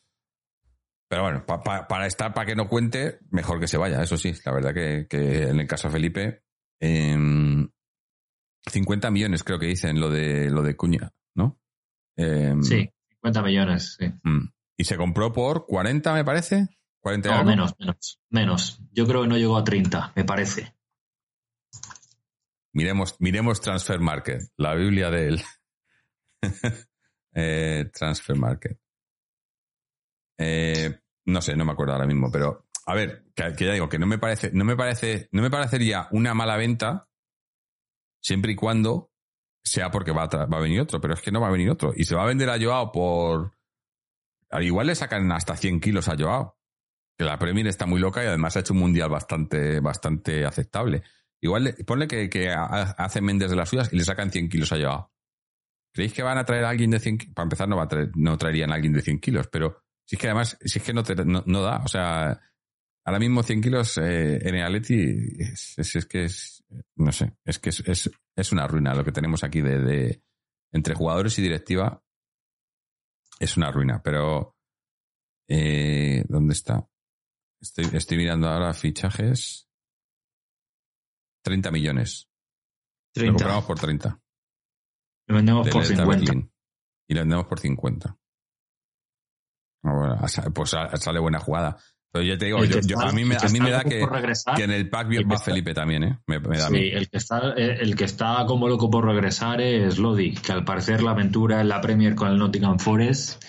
Pero bueno, pa, pa, para estar, para que no cuente, mejor que se vaya, eso sí. La verdad que, que en el caso de Felipe, eh, cincuenta millones creo que dicen lo de lo de Cunha, ¿no? Eh, sí, cincuenta millones, sí. Y se compró por cuarenta, me parece. cuarenta no, algo. menos, menos, menos. Yo creo que no llegó a treinta, me parece. Miremos, miremos Transfer Market, la Biblia de él. eh, Transfer Market. Eh, no sé, no me acuerdo ahora mismo, pero a ver, que, que ya digo que no me parece, no me parece, no me parecería una mala venta siempre y cuando sea porque va a, va a venir otro, pero es que no va a venir otro y se va a vender a Joao por, igual le sacan hasta cien kilos a Joao, que la Premier está muy loca y además ha hecho un mundial bastante, bastante aceptable. Igual le, ponle que, que hace Méndez de las suyas y le sacan cien kilos a Joao. ¿Creéis que van a traer a alguien de cien kilos? Para empezar no va a traer, no traerían a alguien de cien kilos, pero si es que además, si es que no, te, no, no da, o sea, ahora mismo cien kilos eh, en el Atleti es, es, es que es, no sé, es que es, es, es una ruina lo que tenemos aquí de, de entre jugadores y directiva, es una ruina, pero eh, ¿dónde está? Estoy, estoy mirando ahora fichajes, treinta millones. treinta. Lo compramos por treinta. Lo vendemos por cincuenta. Y lo vendemos por cincuenta. Bueno, pues sale buena jugada. Pero yo te digo, yo, yo, a mí me, a mí me da que, que en el pack va Felipe también, ¿eh? Me, me da sí, el que, está, el que está como loco por regresar es Lodi, que al parecer la aventura en la Premier con el Nottingham Forest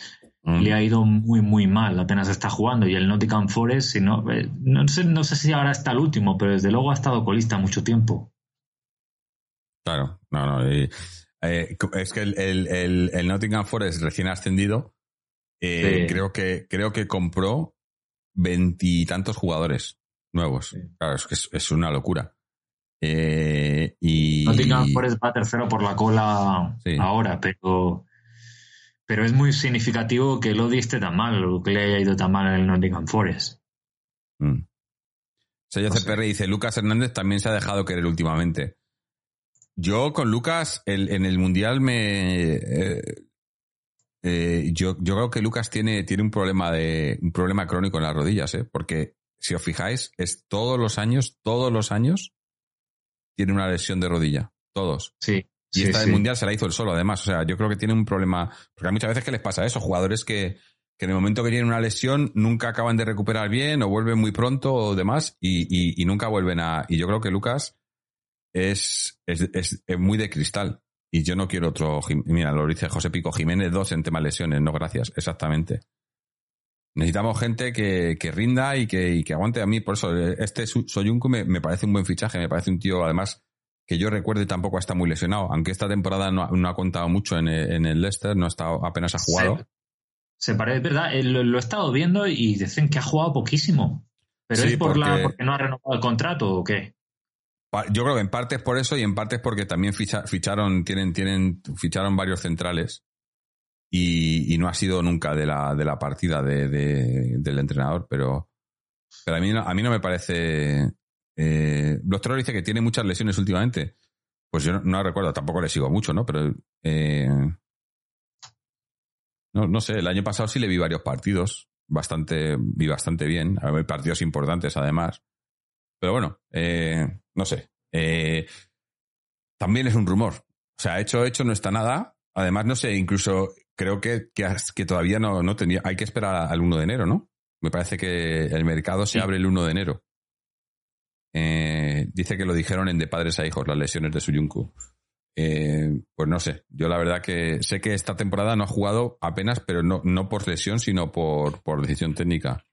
mm. le ha ido muy, muy mal. Apenas está jugando. Y el Nottingham Forest, si no, eh, no, sé, no sé si ahora está el último, pero desde luego ha estado colista mucho tiempo. Claro, no, no. Y, eh, es que el, el, el, el Nottingham Forest recién ascendido, eh, sí. creo que creo que compró veintitantos jugadores nuevos. Sí. Claro, es que es, es una locura. Eh, y Nottingham Forest va tercero por la cola sí. ahora, pero pero es muy significativo que Lodi esté tan mal, o que le haya ido tan mal en el Nottingham Forest. Mm. Sergio no C P R sé. Dice, Lucas Hernández también se ha dejado querer últimamente. Yo con Lucas el, en el Mundial me eh, eh, yo, yo creo que Lucas tiene, tiene un problema de un problema crónico en las rodillas, ¿eh? Porque si os fijáis, es todos los años, todos los años tiene una lesión de rodilla. Todos. Sí. Y sí, esta sí. del Mundial se la hizo él solo, además. O sea, yo creo que tiene un problema. Porque hay muchas veces que les pasa eso. Jugadores que, que en el momento que tienen una lesión nunca acaban de recuperar bien o vuelven muy pronto o demás y, y, y nunca vuelven a. Y yo creo que Lucas es, es, es, es muy de cristal. Y yo no quiero otro. Mira, lo dice José Pico Jiménez dos en tema lesiones. No, gracias. Exactamente. Necesitamos gente que, que rinda y que, y que aguante. A mí, por eso, este Soyuncu me, me parece un buen fichaje. Me parece un tío, además, que yo recuerde tampoco está muy lesionado. Aunque esta temporada no, no ha contado mucho en el, en el Leicester, no ha estado, apenas ha jugado. Se, se parece, es verdad. Lo, lo he estado viendo y dicen que ha jugado poquísimo. ¿Pero sí, es por porque, la, porque no ha renovado el contrato o qué? Yo creo que en parte es por eso y en parte es porque también ficha, ficharon, tienen, tienen, ficharon varios centrales. Y, y no ha sido nunca de la, de la partida de, de, del entrenador, pero, pero a mí no, a mí no me parece. Eh, Blostero dice que tiene muchas lesiones últimamente. Pues yo no, no recuerdo, tampoco le sigo mucho, ¿no? Pero eh, no, no sé, el año pasado sí le vi varios partidos, bastante, vi bastante bien, hay partidos importantes además. Pero bueno, eh, no sé. Eh, también es un rumor. O sea, hecho, hecho no está nada. Además, no sé, incluso creo que, que, que todavía no, no tenía, hay que esperar al uno de enero, ¿no? Me parece que el mercado se sí. abre el uno de enero. Eh, dice que lo dijeron en De Padres a Hijos, las lesiones de Soyuncu. Eh, pues no sé, yo la verdad que sé que esta temporada no ha jugado apenas, pero no, no por lesión, sino por, por decisión técnica.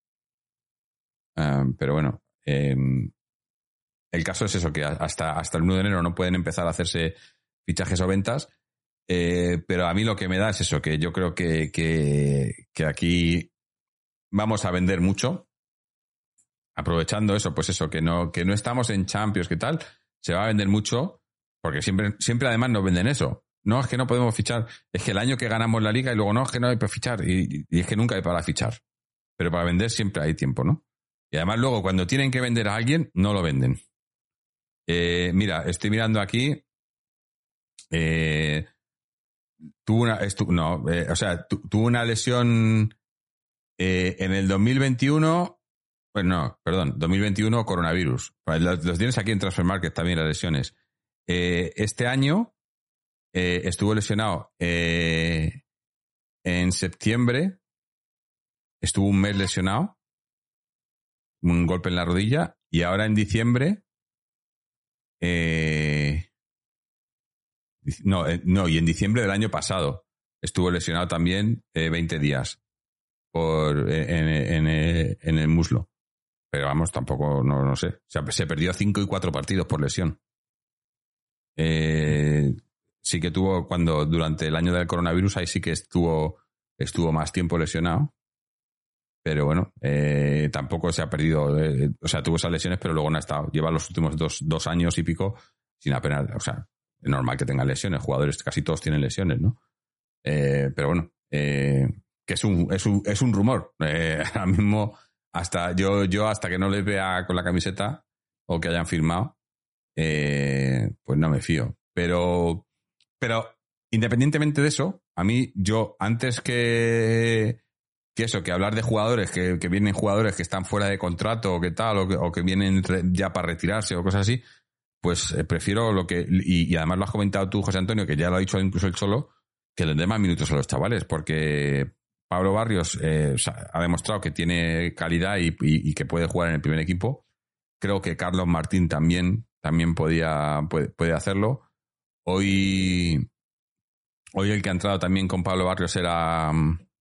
Um, pero bueno, eh, el caso es eso, que hasta, hasta el uno de enero no pueden empezar a hacerse fichajes o ventas. Eh, pero a mí lo que me da es eso, que yo creo que, que, que aquí vamos a vender mucho, aprovechando eso, pues eso, que no, que no estamos en Champions, que tal, se va a vender mucho, porque siempre, siempre además nos venden eso. No, es que no podemos fichar, es que el año que ganamos la liga y luego no, es que no hay para fichar, y, y es que nunca hay para fichar. Pero para vender siempre hay tiempo, ¿no? Y además luego cuando tienen que vender a alguien, no lo venden. Eh, mira, estoy mirando aquí, eh, Tuvo una, estu, no, eh, o sea, tu, tuvo una lesión eh, en el dos mil veintiuno, pues no, perdón, dos mil veintiuno coronavirus. Los, los tienes aquí en Transfer Market también las lesiones. Eh, este año eh, estuvo lesionado eh, en septiembre, estuvo un mes lesionado, un golpe en la rodilla, y ahora en diciembre eh, No, no, y en diciembre del año pasado estuvo lesionado también eh, veinte días por, en, en, en, en el muslo. Pero vamos, tampoco, no, no sé. O sea, se perdió cinco y cuatro partidos por lesión. Eh, sí que tuvo, cuando durante el año del coronavirus, ahí sí que estuvo, estuvo más tiempo lesionado. Pero bueno, eh, tampoco se ha perdido. Eh, o sea, tuvo esas lesiones, pero luego no ha estado. Lleva los últimos dos, dos años y pico sin apenas, o sea, es normal que tengan lesiones, jugadores casi todos tienen lesiones, ¿no? Eh, pero bueno, eh, que es un, es un, es un rumor. Eh, ahora mismo, hasta yo, yo hasta que no les vea con la camiseta o que hayan firmado, eh, pues no me fío. Pero, pero independientemente de eso, a mí, yo antes que, que eso, que hablar de jugadores, que, que vienen jugadores que están fuera de contrato o que tal, o que, o que vienen ya para retirarse o cosas así, pues eh, prefiero lo que, y, y además lo has comentado tú, José Antonio, que ya lo ha dicho incluso el Cholo, que les dé más minutos a los chavales, porque Pablo Barrios eh, ha demostrado que tiene calidad y, y, y que puede jugar en el primer equipo. Creo que Carlos Martín también, también podía, puede, puede hacerlo. Hoy, hoy el que ha entrado también con Pablo Barrios era,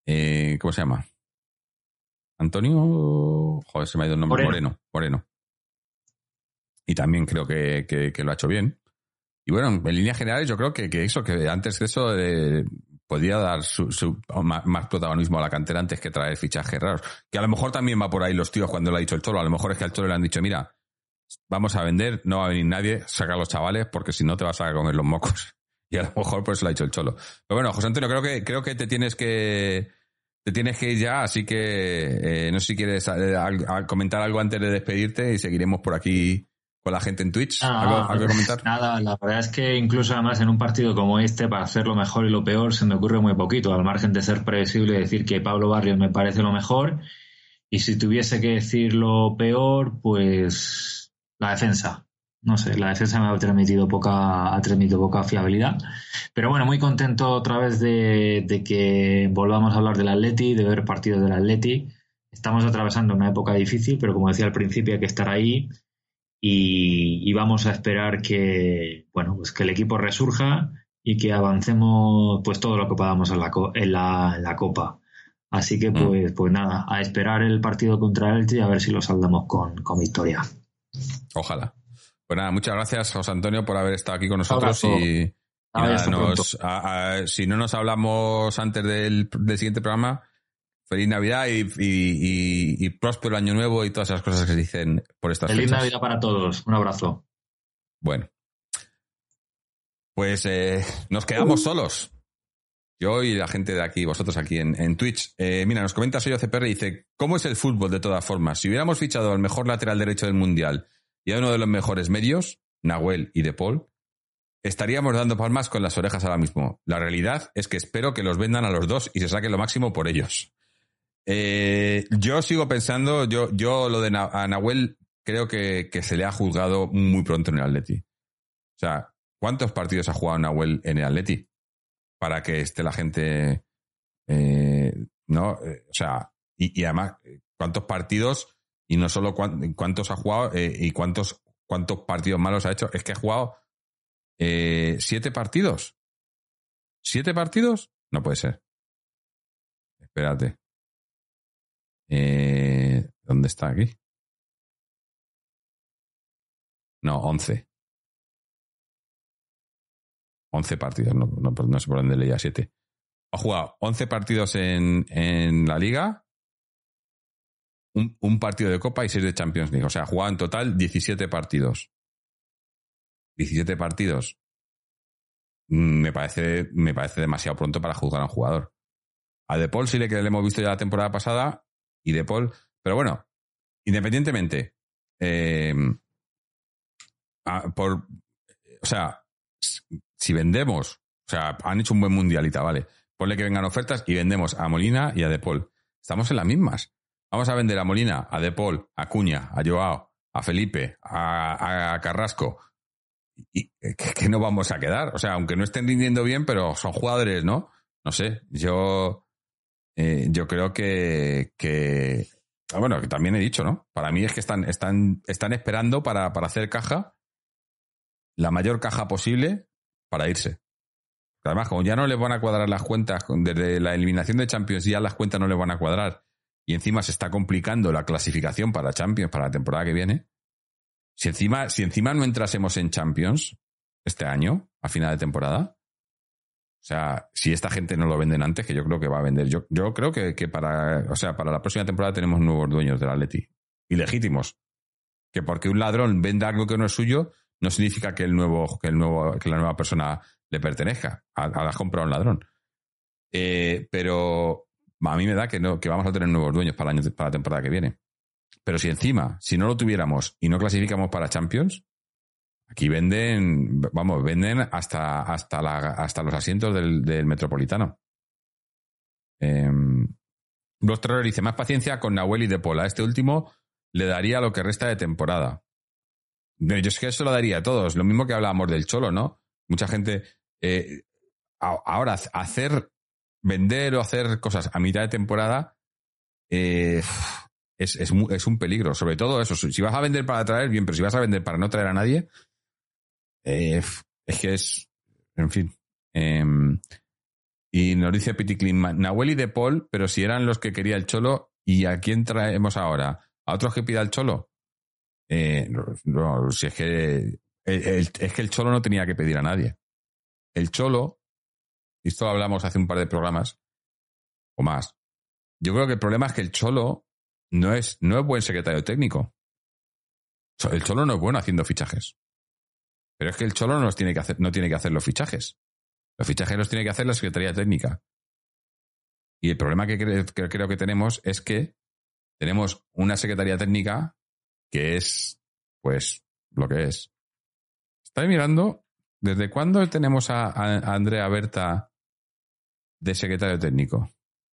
Eh, ¿Cómo se llama? Antonio... Joder, se me ha ido el nombre. Moreno. Moreno. Moreno. Y también creo que, que, que lo ha hecho bien. Y bueno, en líneas generales yo creo que, que eso, que antes de eso eh, podía dar su, su más, más protagonismo a la cantera antes que traer fichajes raros. Que a lo mejor también va por ahí los tíos cuando lo ha dicho el Cholo. A lo mejor es que al Cholo le han dicho, mira, vamos a vender, no va a venir nadie, saca a los chavales porque si no te vas a comer los mocos. Y a lo mejor por eso lo ha dicho el Cholo. Pero bueno, José Antonio, creo que, creo que te tienes que... Te tienes que ir ya, así que eh, no sé si quieres a, a, a comentar algo antes de despedirte y seguiremos por aquí con la gente en Twitch. Ah, ¿Algo, algo que comentar? Nada, la verdad es que incluso además en un partido como este, para hacer lo mejor y lo peor, se me ocurre muy poquito, al margen de ser previsible y decir que Pablo Barrios me parece lo mejor. Y si tuviese que decir lo peor, pues la defensa. No sé, la defensa me ha transmitido poca, ha transmitido poca fiabilidad. Pero bueno, muy contento otra vez de, de que volvamos a hablar del Atleti, de ver partidos del Atleti. Estamos atravesando una época difícil, pero como decía al principio, hay que estar ahí y, y vamos a esperar que, bueno, pues que el equipo resurja y que avancemos pues todo lo que podamos en la, en la, en la Copa. Así que pues, pues nada, a esperar el partido contra el Elche y a ver si lo saldamos con, con victoria. Ojalá. Pues nada, muchas gracias, José Antonio, por haber estado aquí con nosotros y, y nada, nos, a, a, si no nos hablamos antes del, del siguiente programa, feliz Navidad y, y, y, y próspero Año Nuevo y todas esas cosas que se dicen por estas feliz fechas. Feliz Navidad para todos, un abrazo. Bueno, pues eh, nos quedamos solos. Yo y la gente de aquí, vosotros aquí en, en Twitch. Eh, mira, nos comenta Soyo C P R y dice, ¿cómo es el fútbol de todas formas? Si hubiéramos fichado al mejor lateral derecho del Mundial y a uno de los mejores medios, Nahuel y De Paul, estaríamos dando palmas con las orejas ahora mismo. La realidad es que espero que los vendan a los dos y se saquen lo máximo por ellos. Eh, yo sigo pensando, yo, yo lo de Na- a Nahuel creo que, que se le ha juzgado muy pronto en el Atleti. O sea, ¿cuántos partidos ha jugado Nahuel en el Atleti? Para que esté la gente... Eh, ¿no? Eh, o sea, y, y además, ¿cuántos partidos... Y no solo cuántos ha jugado eh, y cuántos, cuántos partidos malos ha hecho. Es que ha jugado eh, siete partidos. ¿Siete partidos? No puede ser. Espérate. Eh, ¿Dónde está aquí? No, once. Once partidos. No, no, no sé por dónde leía siete. Ha jugado once partidos en, en la Liga. Un, un partido de Copa y seis de Champions League. O sea, ha jugado en total diecisiete partidos. diecisiete partidos. Me parece, me parece demasiado pronto para juzgar a un jugador. A De Paul sí le que le hemos visto ya la temporada pasada. Y De Paul. Pero bueno, independientemente. Eh, a, por, o sea, si vendemos. O sea, han hecho un buen mundialita, vale. Ponle que vengan ofertas y vendemos a Molina y a De Paul. Estamos en las mismas. Vamos a vender a Molina, a De Paul, a Cuña, a Joao, a Felipe, a, a Carrasco. ¿Y qué no vamos a quedar? O sea, aunque no estén rindiendo bien, pero son jugadores, ¿no? No sé, yo eh, yo creo que, que... Bueno, que también he dicho, ¿no? Para mí es que están, están, están esperando para, para hacer caja, la mayor caja posible, para irse. Además, como ya no les van a cuadrar las cuentas, desde la eliminación de Champions ya las cuentas no les van a cuadrar, y encima se está complicando la clasificación para Champions para la temporada que viene. Si encima, si encima no entrásemos en Champions este año, a final de temporada, o sea, si esta gente no lo venden antes, que yo creo que va a vender. Yo, yo creo que, que para, o sea, para la próxima temporada tenemos nuevos dueños del Atleti. Ilegítimos. Que porque un ladrón venda algo que no es suyo, no significa que el nuevo, que el nuevo, que la nueva persona le pertenezca. A, a la compra a un ladrón. Eh, pero a mí me da que no, que vamos a tener nuevos dueños para, el año, para la temporada que viene. Pero si encima, si no lo tuviéramos y no clasificamos para Champions, aquí venden, vamos, venden hasta, hasta, la, hasta los asientos del, del Metropolitano. Eh, Block Terror dice, más paciencia con Nahuel y De Paul. A este último le daría lo que resta de temporada. Yo es que eso lo daría a todos. Lo mismo que hablábamos del Cholo, ¿no? Mucha gente... Eh, ahora, hacer... Vender o hacer cosas a mitad de temporada eh, es, es, es un peligro. Sobre todo eso. Si vas a vender para traer, bien, pero si vas a vender para no traer a nadie, eh, es que es... En fin. Eh, Y nos dice Piticlin, Nahuel y De Paul, pero si eran los que quería el Cholo, ¿y a quién traemos ahora? ¿A otros que pida el Cholo? Eh, no, no, si es que el, el, es que el Cholo no tenía que pedir a nadie. El Cholo, y esto lo hablamos hace un par de programas, o más, yo creo que el problema es que el Cholo no es, no es buen secretario técnico. El Cholo no es bueno haciendo fichajes. Pero es que el Cholo no, los tiene, que hacer, no tiene que hacer los fichajes. Los fichajes los tiene que hacer la Secretaría Técnica. Y el problema que, cre- que creo que tenemos es que tenemos una Secretaría Técnica que es, pues, lo que es. Estoy mirando, ¿desde cuándo tenemos a, a, a Andrea Berta de secretario técnico?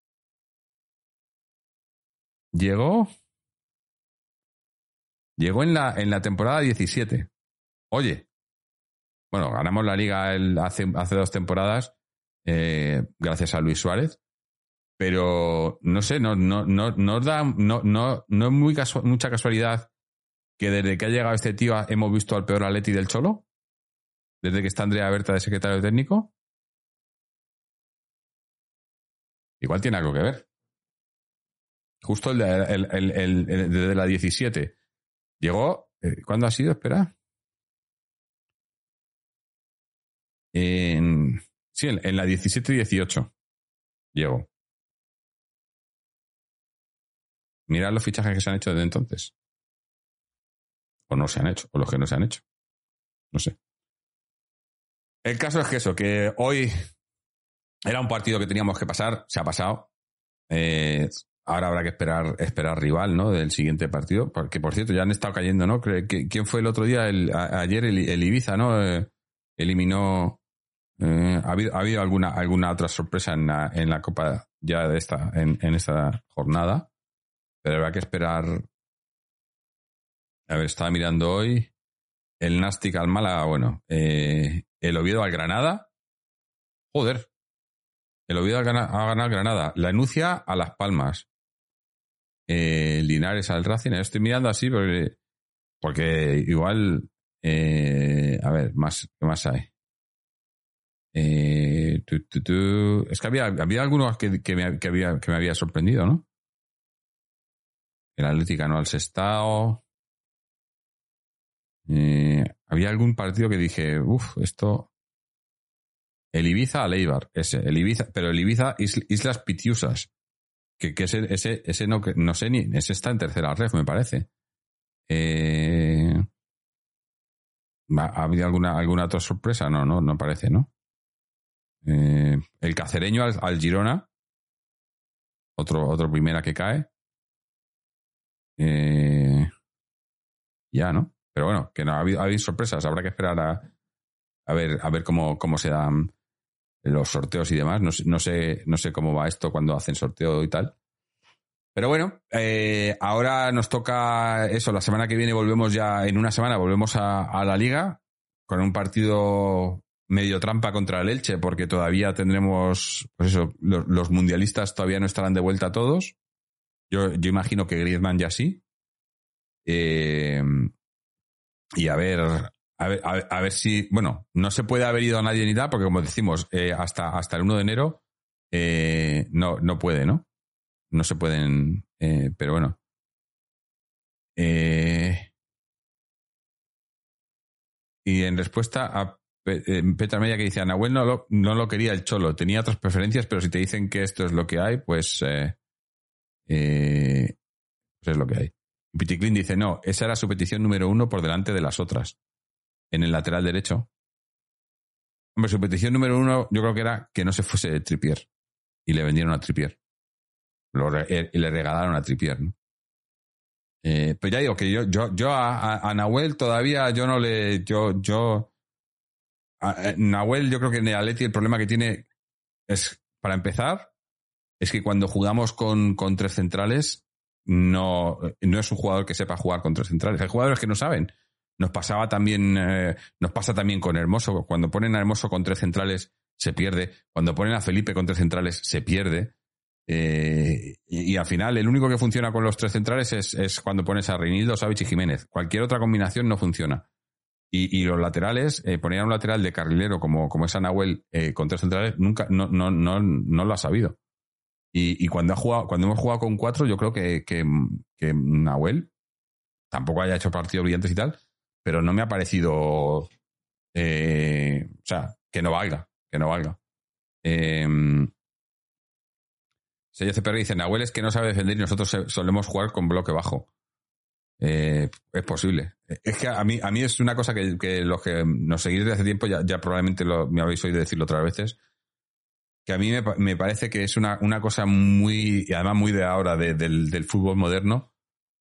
Llegó... Llegó en la, en la temporada diecisiete. Oye, bueno, ganamos la liga el, hace, hace dos temporadas eh, gracias a Luis Suárez, pero no sé, no, no, no, no, da, no, no, no es muy casu- mucha casualidad que desde que ha llegado este tío hemos visto al peor Atleti del Cholo, desde que está Andrea Berta de secretario técnico. Igual tiene algo que ver. Justo el de, el, el, el, el, desde la diecisiete. Llegó, eh, ¿cuándo ha sido? Espera. En, sí, en, en la diecisiete dieciocho llegó. Mirad los fichajes que se han hecho desde entonces. O no se han hecho, o los que no se han hecho. No sé. El caso es que eso, que hoy era un partido que teníamos que pasar, se ha pasado. Eh, ahora habrá que esperar esperar rival, ¿no? Del siguiente partido. Porque, por cierto, ya han estado cayendo, ¿no? ¿Quién fue el otro día? El, a, ayer el, el Ibiza, ¿no? Eh, eliminó... Eh, ha habido, ha habido alguna alguna otra sorpresa en la, en la Copa ya de esta en, en esta jornada, pero habrá que esperar. A ver, estaba mirando hoy el Nastic al Málaga, bueno, eh, el Oviedo al Granada. Joder, el Oviedo ha ganado, ha ganado al Granada, la Nucia a Las Palmas, eh, Linares al Racing. Estoy mirando así porque, porque igual eh, a ver, más ¿qué más hay? Eh, tu, tu, tu. Es que había, había algunos que, que, me, que, había, que me había sorprendido, ¿no? El Atlético ganó al Sestao. Eh, había algún partido que dije, uff, esto... El Ibiza al Eibar, ese, el Ibiza, pero el Ibiza Islas Pitiusas, que, que ese, ese, ese no, no sé ni, ese está en tercera ref, me parece. Eh, ¿Ha habido alguna, alguna otra sorpresa? No, no, no parece, ¿no? Eh, el Cacereño al, al Girona, otro, otro primera que cae. Eh, ya, ¿no? Pero bueno, que no ha habido, ha habido sorpresas, habrá que esperar a, a ver, a ver cómo, cómo se dan los sorteos y demás. No, no sé, no sé cómo va esto cuando hacen sorteo y tal. Pero bueno, eh, ahora nos toca eso, la semana que viene volvemos ya, en una semana volvemos a, a la Liga con un partido medio trampa contra el Elche, porque todavía tendremos, pues eso, los, los mundialistas todavía no estarán de vuelta todos. Yo, yo imagino que Griezmann ya sí. Eh, y a ver, a ver, a ver, a ver si, bueno, no se puede haber ido a nadie ni nada, porque como decimos, eh, hasta, hasta el uno de enero eh, no, no puede, ¿no? No se pueden, eh, pero bueno. Eh, y en respuesta a Petra Media, que dice, a Nahuel no lo, no lo quería el Cholo, tenía otras preferencias, pero si te dicen que esto es lo que hay, pues, eh, eh, pues es lo que hay. Piticlin dice, no, esa era su petición número uno por delante de las otras. En el lateral derecho. Hombre, su petición número uno yo creo que era que no se fuese Trippier. Y le vendieron a Trippier. Lo re- y le regalaron a Trippier, ¿no? Eh, pero ya digo que yo, yo, yo a, a, a Nahuel todavía yo no le... Yo, yo... A, a Nahuel yo creo que en el Atleti el problema que tiene es, para empezar, es que cuando jugamos con, con tres centrales no, no es un jugador que sepa jugar con tres centrales. Hay jugadores que no saben. Nos pasaba también, eh, nos pasa también con Hermoso. Cuando ponen a Hermoso con tres centrales se pierde. Cuando ponen a Felipe con tres centrales se pierde. Eh, y, y al final el único que funciona con los tres centrales es, es cuando pones a Reinildo, Savic y Jiménez. Cualquier otra combinación no funciona. Y, y los laterales, eh, poner a un lateral de carrilero como, como es Nahuel eh, con tres centrales, nunca, no, no, no, no lo ha sabido. Y, y cuando ha jugado, cuando hemos jugado con cuatro, yo creo que, que, que Nahuel tampoco haya hecho partidos brillantes y tal, pero no me ha parecido eh, o sea, que no valga, que no valga. Eh, Sello C P R dice, Nahuel es que no sabe defender y nosotros solemos jugar con bloque bajo. Eh, es posible. Es que a mí, a mí es una cosa que, que los que nos seguís desde hace tiempo ya, ya probablemente lo, me habéis oído decirlo otras veces, que a mí me, me parece que es una, una cosa muy, y además muy de ahora, de, del, del fútbol moderno,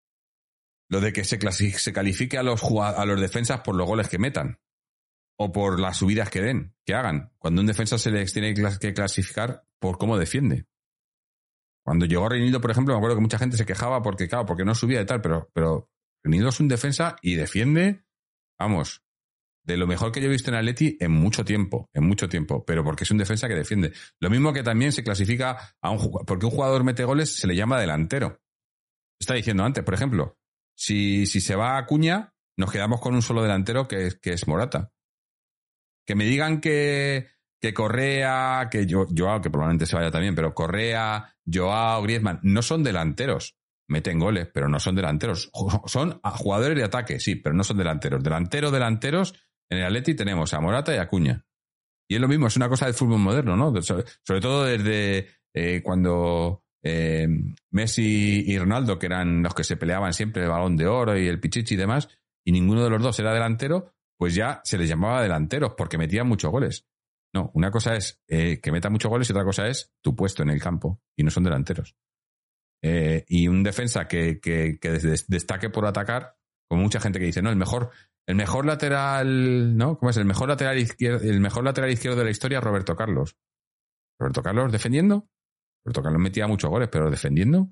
lo de que se, clasifique, se califique a los, a los defensas por los goles que metan o por las subidas que den, que hagan. Cuando un defensa se les tiene que clasificar por cómo defiende. Cuando llegó Reinildo, por ejemplo, me acuerdo que mucha gente se quejaba porque, claro, porque no subía y tal, pero, pero Reinildo es un defensa y defiende, vamos, de lo mejor que yo he visto en Atleti en mucho tiempo, en mucho tiempo, pero porque es un defensa que defiende. Lo mismo que también se clasifica a un jugador, porque un jugador mete goles se le llama delantero. Está diciendo antes, por ejemplo, si, si se va a Acuña, nos quedamos con un solo delantero que es, que es Morata. Que me digan que... que Correa, que yo, Joao, que probablemente se vaya también, pero Correa, Joao, Griezmann, no son delanteros. Meten goles, pero no son delanteros. Son jugadores de ataque, sí, pero no son delanteros. Delanteros, delanteros, en el Atleti tenemos a Morata y a Acuña. Y es lo mismo, es una cosa del fútbol moderno, ¿no? Sobre, sobre todo desde eh, cuando eh, Messi y Ronaldo, que eran los que se peleaban siempre el Balón de Oro y el Pichichi y demás, y ninguno de los dos era delantero, pues ya se les llamaba delanteros porque metían muchos goles. No, una cosa es eh, que meta muchos goles y otra cosa es tu puesto en el campo. Y no son delanteros. Eh, y un defensa que, que, que destaque por atacar, como mucha gente que dice, no, el mejor, el mejor lateral, ¿no? ¿Cómo es? El mejor lateral izquierdo, el mejor lateral izquierdo de la historia es Roberto Carlos. ¿Roberto Carlos defendiendo? Roberto Carlos metía muchos goles, pero defendiendo.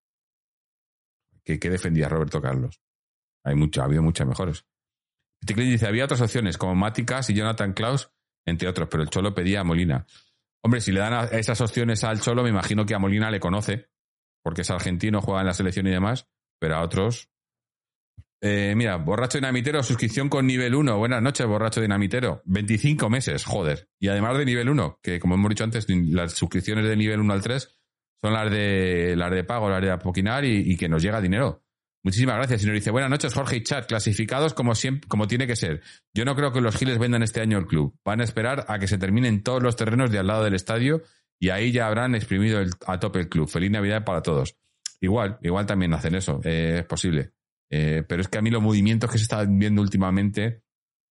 ¿Qué, qué defendía Roberto Carlos? Hay mucho, ha habido muchas mejores. Ticlin dice, había otras opciones, como Máticas y Jonathan Klaus, entre otros, pero el Cholo pedía a Molina. Hombre, si le dan a esas opciones al Cholo, me imagino que a Molina le conoce, porque es argentino, juega en la selección y demás, pero a otros... Eh, mira, Borracho Dinamitero, suscripción con nivel uno. Buenas noches, Borracho Dinamitero. veinticinco meses, joder. Y además de nivel uno, que como hemos dicho antes, las suscripciones de nivel uno al tres son las de las de pago, las de apoquinar y, y que nos llega dinero. Muchísimas gracias. Y nos dice, buenas noches, Jorge y chat, clasificados como siempre, como tiene que ser. Yo no creo que los Giles vendan este año el club. Van a esperar a que se terminen todos los terrenos de al lado del estadio y ahí ya habrán exprimido el, a tope el club. Feliz Navidad para todos. Igual, igual también hacen eso. Eh, es posible. Eh, pero es que a mí los movimientos que se están viendo últimamente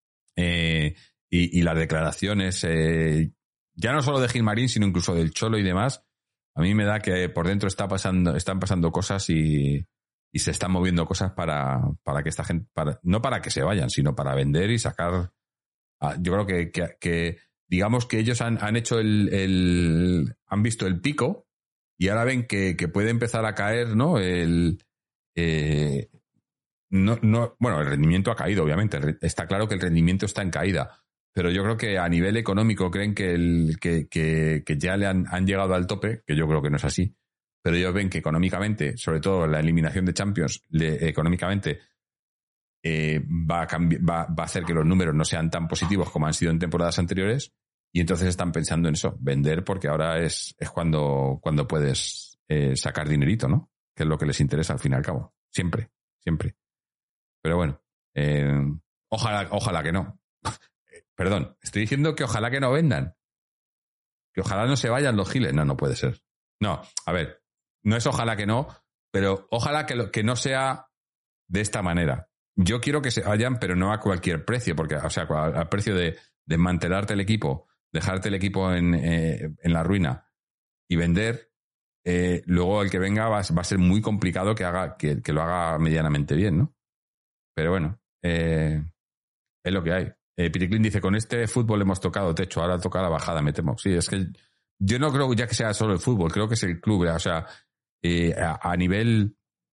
eh, y, y las declaraciones, eh, ya no solo de Gilmarín, sino incluso del Cholo y demás, a mí me da que por dentro está pasando, están pasando cosas y... y se están moviendo cosas para, para que esta gente, para, no para que se vayan, sino para vender y sacar. A, yo creo que, que, que digamos que ellos han, han hecho el, el, han visto el pico y ahora ven que, que puede empezar a caer, ¿no? El, eh, no, no, bueno, el rendimiento ha caído, obviamente. Está claro que el rendimiento está en caída, pero yo creo que a nivel económico creen que, el, que, que, que ya le han, han llegado al tope, que yo creo que no es así. Pero ellos ven que económicamente, sobre todo la eliminación de Champions, le, económicamente eh, va, a cambi- va, va a hacer que los números no sean tan positivos como han sido en temporadas anteriores y entonces están pensando en eso, vender porque ahora es, es cuando, cuando puedes eh, sacar dinerito, ¿no? Que es lo que les interesa al fin y al cabo. Siempre, siempre. Pero bueno, eh, ojalá, ojalá que no. Perdón, estoy diciendo que ojalá que no vendan. Que ojalá no se vayan los Giles. No, no puede ser. No, a ver. No es ojalá que no, pero ojalá que, lo, que no sea de esta manera. Yo quiero que se vayan, pero no a cualquier precio, porque, o sea, al precio de desmantelarte el equipo, dejarte el equipo en, eh, en la ruina y vender, eh, luego el que venga va, va a ser muy complicado que haga que, que lo haga medianamente bien, ¿no? Pero bueno, eh, es lo que hay. Eh, Piriclin dice, con este fútbol hemos tocado techo, ahora toca la bajada, me temo. Sí, es que yo no creo ya que sea solo el fútbol, creo que es el club, o sea... Eh, a, a nivel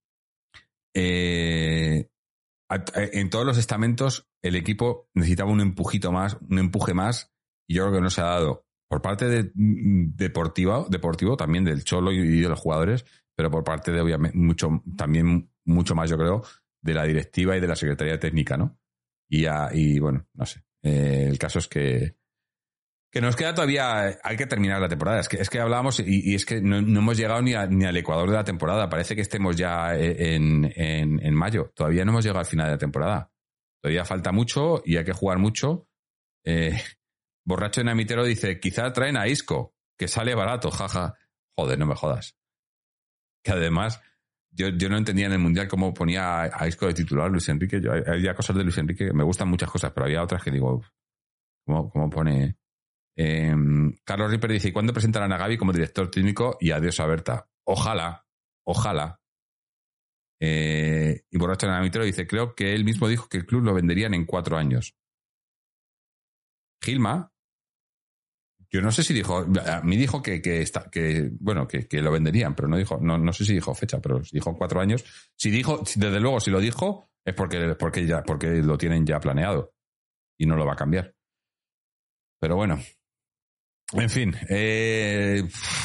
eh, a, a, en todos los estamentos el equipo necesitaba un empujito más, un empuje más y yo creo que no se ha dado por parte de deportivo, deportivo también del Cholo y de los jugadores, pero por parte de obviamente mucho también mucho más yo creo de la directiva y de la Secretaría Técnica, ¿no? Y, ya, y bueno, no sé. Eh, el caso es que, que nos queda todavía, hay que terminar la temporada. Es que, es que hablábamos y, y es que no, no hemos llegado ni, a, ni al ecuador de la temporada. Parece que estemos ya en, en, en mayo. Todavía no hemos llegado al final de la temporada. Todavía falta mucho y hay que jugar mucho. Eh, Borracho Enamitero dice, quizá traen a Isco, que sale barato, jaja. Joder, no me jodas. Que además, yo, yo no entendía en el Mundial cómo ponía a Isco de titular Luis Enrique. Yo, había cosas de Luis Enrique, me gustan muchas cosas, pero había otras que digo, ¿cómo, cómo pone? Eh, Carlos Ripper dice, ¿y cuándo presentarán a Gavi como director técnico? Y adiós a Berta. Ojalá, ojalá. Eh, y Borracho Enamitero dice, creo que él mismo dijo que el club lo venderían en cuatro años. Gilma, yo no sé si dijo, a mí dijo que, que, está, que bueno, que, que lo venderían, pero no dijo, no, no sé si dijo fecha, pero dijo cuatro años. Si dijo, desde luego, si lo dijo, es porque, porque, ya, porque lo tienen ya planeado y no lo va a cambiar. Pero bueno, en fin, eh,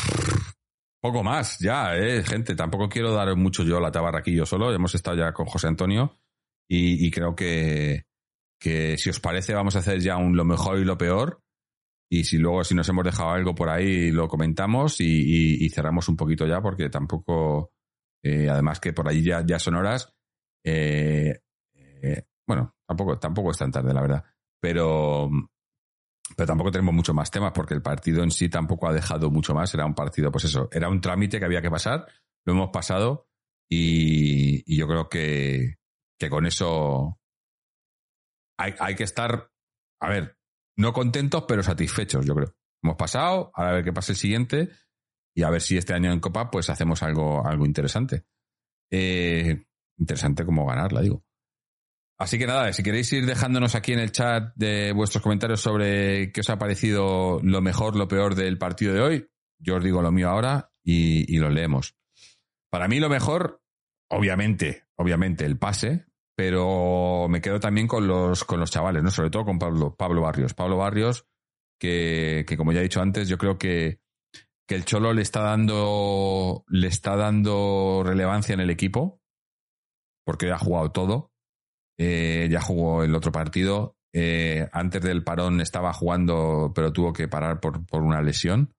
poco más ya, eh, gente. Tampoco quiero dar mucho yo la tabarra aquí yo solo. Hemos estado ya con José Antonio y, y creo que, que si os parece vamos a hacer ya un lo mejor y lo peor. Y si luego, si nos hemos dejado algo por ahí, lo comentamos y, y, y cerramos un poquito ya, porque tampoco, eh, además que por allí ya, ya son horas, eh, eh, bueno, tampoco, tampoco es tan tarde, la verdad, pero, pero tampoco tenemos mucho más temas, porque el partido en sí tampoco ha dejado mucho más. Era un partido, pues eso, era un trámite que había que pasar, lo hemos pasado y, y yo creo que, que con eso hay, hay que estar, a ver, no contentos, pero satisfechos, yo creo. Hemos pasado, ahora a ver qué pasa el siguiente y a ver si este año en Copa pues hacemos algo, algo interesante. Eh, interesante como ganarla, digo. Así que nada, si queréis ir dejándonos aquí en el chat de vuestros comentarios sobre qué os ha parecido lo mejor, lo peor del partido de hoy, yo os digo lo mío ahora y, y lo leemos. Para mí lo mejor, obviamente, obviamente el pase, pero me quedo también con los con los chavales, ¿no? Sobre todo con Pablo, Pablo Barrios. Pablo Barrios, que, que como ya he dicho antes, yo creo que, que el Cholo le está dando le está dando relevancia en el equipo, porque ya ha jugado todo. Eh, ya jugó el otro partido. Eh, antes del parón estaba jugando, pero tuvo que parar por, por una lesión.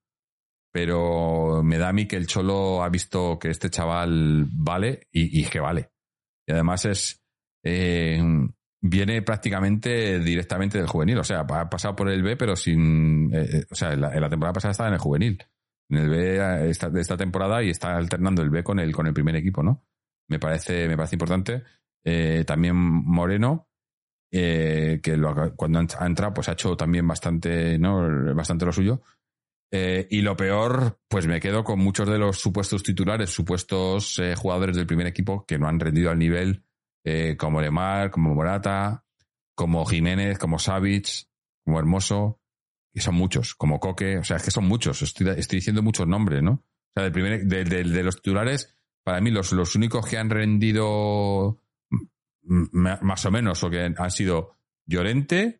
Pero me da a mí que el Cholo ha visto que este chaval vale y, y que vale. Y además es Eh, viene prácticamente directamente del juvenil, o sea, ha pasado por el B, pero sin, eh, o sea, en la, en la temporada pasada estaba en el juvenil, en el B esta, de esta temporada y está alternando el B con el con el primer equipo, ¿no? Me parece, me parece importante. Eh, también Moreno, eh, que lo, cuando ha entrado, pues ha hecho también bastante, ¿no? Bastante lo suyo. Eh, y lo peor, pues me quedo con muchos de los supuestos titulares, supuestos eh, jugadores del primer equipo que no han rendido al nivel. Eh, como Lemar, como Morata, como Jiménez, como Savic, como Hermoso, y son muchos, como Coque, o sea, es que son muchos, estoy, estoy diciendo muchos nombres, ¿no? O sea, del primer, de, de, de los titulares, para mí los, los únicos que han rendido m- más o menos, o que han sido Llorente,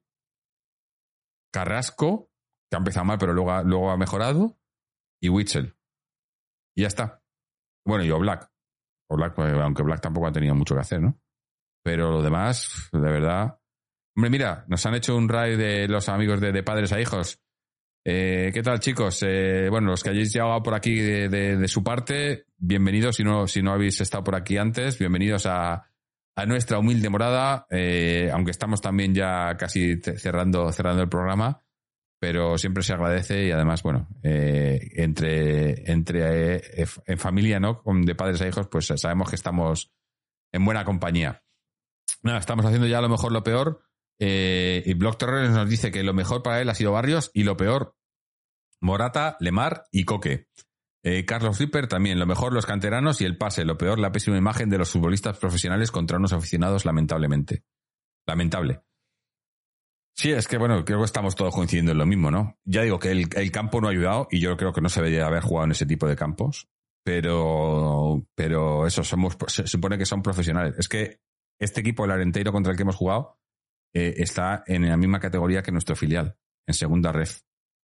Carrasco, que ha empezado mal, pero luego, luego ha mejorado, y Witsel. Y ya está. Bueno, y Oblak. Oblak, aunque Oblak tampoco ha tenido mucho que hacer, ¿no? Pero lo demás, de verdad... Hombre, mira, nos han hecho un raid de los amigos de, de Padres a Hijos. Eh, ¿Qué tal, chicos? Eh, bueno, los que hayáis llegado por aquí de, de, de su parte, bienvenidos. Si no, si no habéis estado por aquí antes, bienvenidos a, a nuestra humilde morada. Eh, aunque estamos también ya casi cerrando, cerrando el programa, pero siempre se agradece y además, bueno, eh, entre, entre eh, en familia, ¿no? De Padres a Hijos, pues sabemos que estamos en buena compañía. Nada, estamos haciendo ya lo mejor, lo peor. Eh, y Block Torres nos dice que lo mejor para él ha sido Barrios y lo peor, Morata, Lemar y Coque. Eh, Carlos Ripper también, lo mejor los canteranos y el pase, lo peor la pésima imagen de los futbolistas profesionales contra unos aficionados, lamentablemente. Lamentable. Sí, es que bueno, creo que estamos todos coincidiendo en lo mismo, ¿no? Ya digo que el, el campo no ha ayudado y yo creo que no se debería haber jugado en ese tipo de campos, pero, pero eso, somos, se supone que son profesionales. Es que este equipo, el Arenteiro contra el que hemos jugado, eh, está en la misma categoría que nuestro filial, en segunda ref.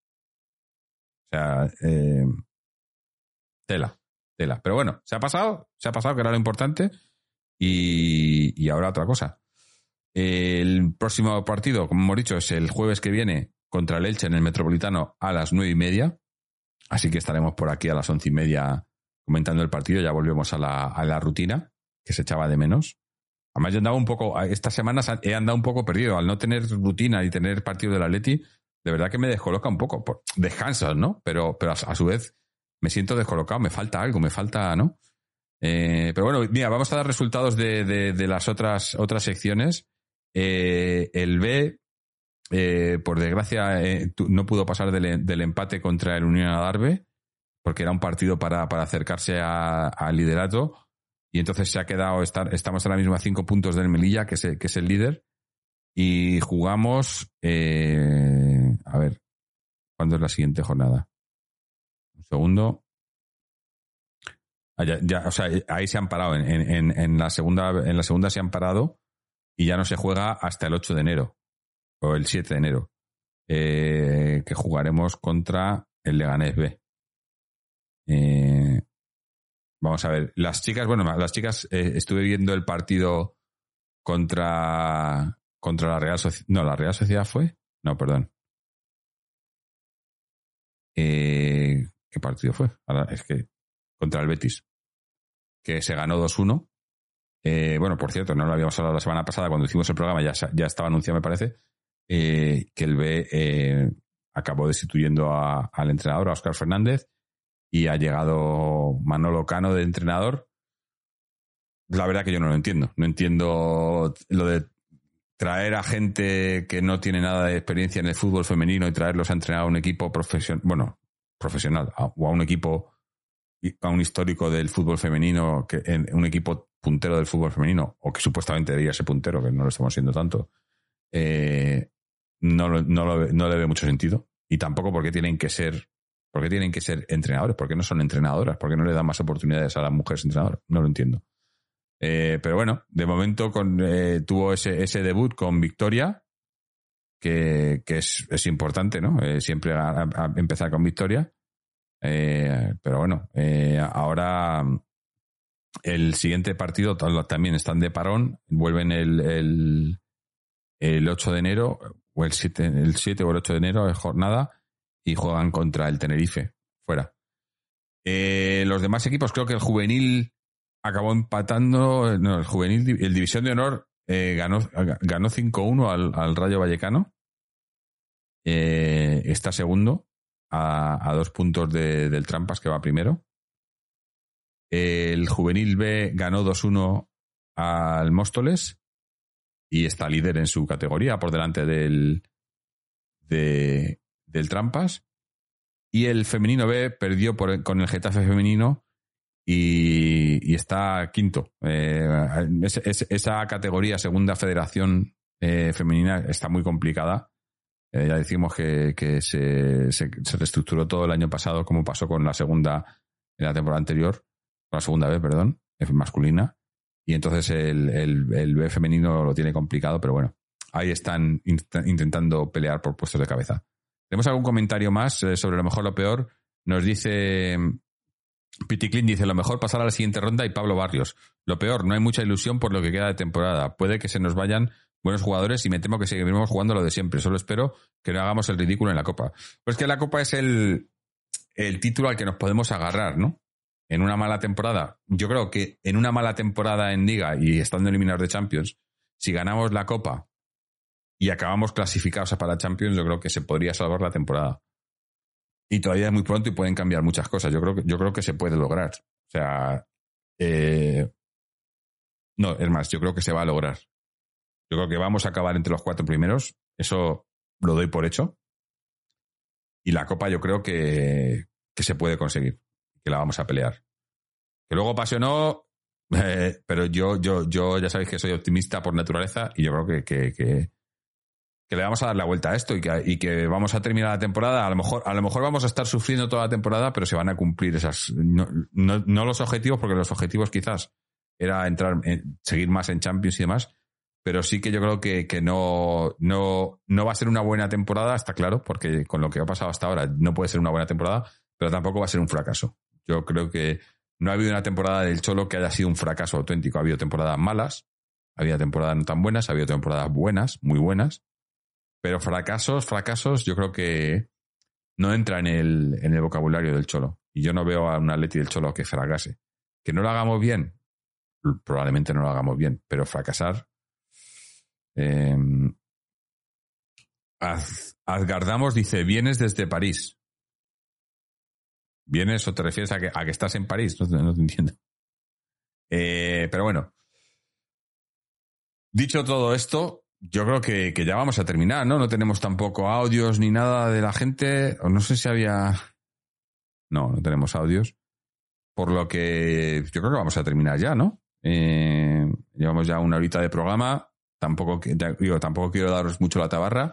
O sea, eh, tela, tela. Pero bueno, se ha pasado, se ha pasado, que era lo importante, y, y ahora otra cosa. El próximo partido, como hemos dicho, es el jueves que viene contra el Elche en el Metropolitano a las nueve y media. Así que estaremos por aquí a las once y media comentando el partido. Ya volvemos a la, a la rutina que se echaba de menos. Además, yo andaba un poco, estas semanas he andado un poco perdido. Al no tener rutina y tener partido del Atleti, de verdad que me descoloca un poco. Descansas, ¿no? Pero, pero a, a su vez me siento descolocado, me falta algo, me falta, ¿no? Eh, pero bueno, mira, vamos a dar resultados de, de, de las otras, otras secciones. Eh, el B, eh, por desgracia, eh, no pudo pasar del, del empate contra el Unión Adarve, porque era un partido para, para acercarse al liderato. Y entonces se ha quedado, estar, estamos ahora mismo a cinco puntos del Melilla, que es el, que es el líder. Y jugamos, eh, a ver, ¿cuándo es la siguiente jornada? Un segundo. Ah, ya, ya, o sea, ahí se han parado. En, en, en, la segunda, en la segunda se han parado y ya no se juega hasta el ocho de enero o el siete de enero, eh, que jugaremos contra el Leganés B. Eh, vamos a ver. Las chicas, bueno, las chicas, eh, estuve viendo el partido contra, contra la Real Sociedad. No, la Real Sociedad fue. No, perdón. Eh, ¿Qué partido fue? Ahora, es que contra el Betis, que se ganó dos uno. Eh, bueno, por cierto, no lo habíamos hablado la semana pasada cuando hicimos el programa, ya, ya estaba anunciado, me parece, eh, que el B eh, acabó destituyendo a, al entrenador, a Óscar Fernández, y ha llegado Manolo Cano de entrenador. La verdad que yo no lo entiendo. No entiendo lo de traer a gente que no tiene nada de experiencia en el fútbol femenino y traerlos a entrenar a un equipo profesional, bueno, profesional, a, o a un equipo, a un histórico del fútbol femenino, que en un equipo puntero del fútbol femenino, o que supuestamente debería ser puntero, que no lo estamos siendo tanto, eh, no, lo, no, lo, no le ve mucho sentido. Y tampoco porque tienen que ser, porque tienen que ser entrenadores, porque no son entrenadoras, porque no le dan más oportunidades a las mujeres entrenadoras. No lo entiendo. Eh, pero bueno, de momento con, eh, tuvo ese, ese debut con victoria, que, que es, es importante, ¿no? Eh, siempre a, a empezar con victoria. Eh, pero bueno, eh, ahora el siguiente partido también están de parón, vuelven el, el, el ocho de enero, o el siete, el siete o el ocho de enero es jornada, y juegan contra el Tenerife, fuera. Eh, los demás equipos, creo que el juvenil acabó empatando, no, el juvenil, el División de Honor eh, ganó, ganó cinco uno al, al Rayo Vallecano, eh, está segundo, a, a dos puntos de, del Trampas, que va primero. El Juvenil B ganó dos uno al Móstoles y está líder en su categoría, por delante del, de, del Trampas. Y el Femenino B perdió por, con el Getafe Femenino y, y está quinto. Eh, es, es, esa categoría, segunda federación eh, femenina, está muy complicada. Eh, ya decimos que, que se, se, se reestructuró todo el año pasado, como pasó con la segunda en la temporada anterior, con la segunda B, perdón, masculina, y entonces el, el, el B femenino lo tiene complicado, pero bueno, ahí están int- intentando pelear por puestos de cabeza. ¿Tenemos algún comentario más eh, sobre lo mejor lo peor? Nos dice Piticlin, dice, lo mejor pasar a la siguiente ronda y Pablo Barrios. Lo peor, no hay mucha ilusión por lo que queda de temporada. Puede que se nos vayan buenos jugadores y me temo que seguiremos jugando lo de siempre. Solo espero que no hagamos el ridículo en la Copa. Pues que la Copa es el, el título al que nos podemos agarrar, ¿no? En una mala temporada. Yo creo que en una mala temporada en Liga y estando eliminados de Champions, si ganamos la Copa y acabamos clasificados para Champions, yo creo que se podría salvar la temporada. Y todavía es muy pronto y pueden cambiar muchas cosas. Yo creo que, yo creo que se puede lograr. O sea, eh, no, es más, yo creo que se va a lograr. Yo creo que vamos a acabar entre los cuatro primeros. Eso lo doy por hecho. Y la Copa yo creo que, que se puede conseguir. Que la vamos a pelear. Que luego pase o no, eh, pero yo, yo, yo ya sabéis que soy optimista por naturaleza y yo creo que, que, que, que le vamos a dar la vuelta a esto y que, y que vamos a terminar la temporada. A lo mejor, a lo mejor vamos a estar sufriendo toda la temporada, pero se van a cumplir esas, no, no, no los objetivos, porque los objetivos quizás era entrar, en, seguir más en Champions y demás, pero sí que yo creo que, que no, no, no va a ser una buena temporada, está claro, porque con lo que ha pasado hasta ahora no puede ser una buena temporada, pero tampoco va a ser un fracaso. Yo creo que no ha habido una temporada del Cholo que haya sido un fracaso auténtico. Ha habido temporadas malas, Había temporadas no tan buenas, había temporadas buenas, muy buenas, pero fracasos, fracasos, yo creo que no entra en el, en el vocabulario del Cholo. Y yo no veo a un Atleti del Cholo que fracase. Que no lo hagamos bien, probablemente no lo hagamos bien, pero fracasar... Eh, Az, Azgardamos dice, vienes desde París. ¿Vienes o te refieres a que, a que estás en París? No te, no te entiendo. Eh, pero bueno. Dicho todo esto, yo creo que, que ya vamos a terminar, ¿no? No tenemos tampoco audios ni nada de la gente. O no sé si había... No, no tenemos audios. Por lo que yo creo que vamos a terminar ya, ¿no? Eh, llevamos ya una horita de programa. Tampoco, ya, digo, tampoco quiero daros mucho la tabarra.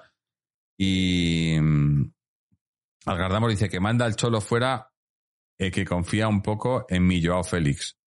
Y um, Algardamos dice que manda al Cholo fuera, eh, que confía un poco en mi Joao Félix.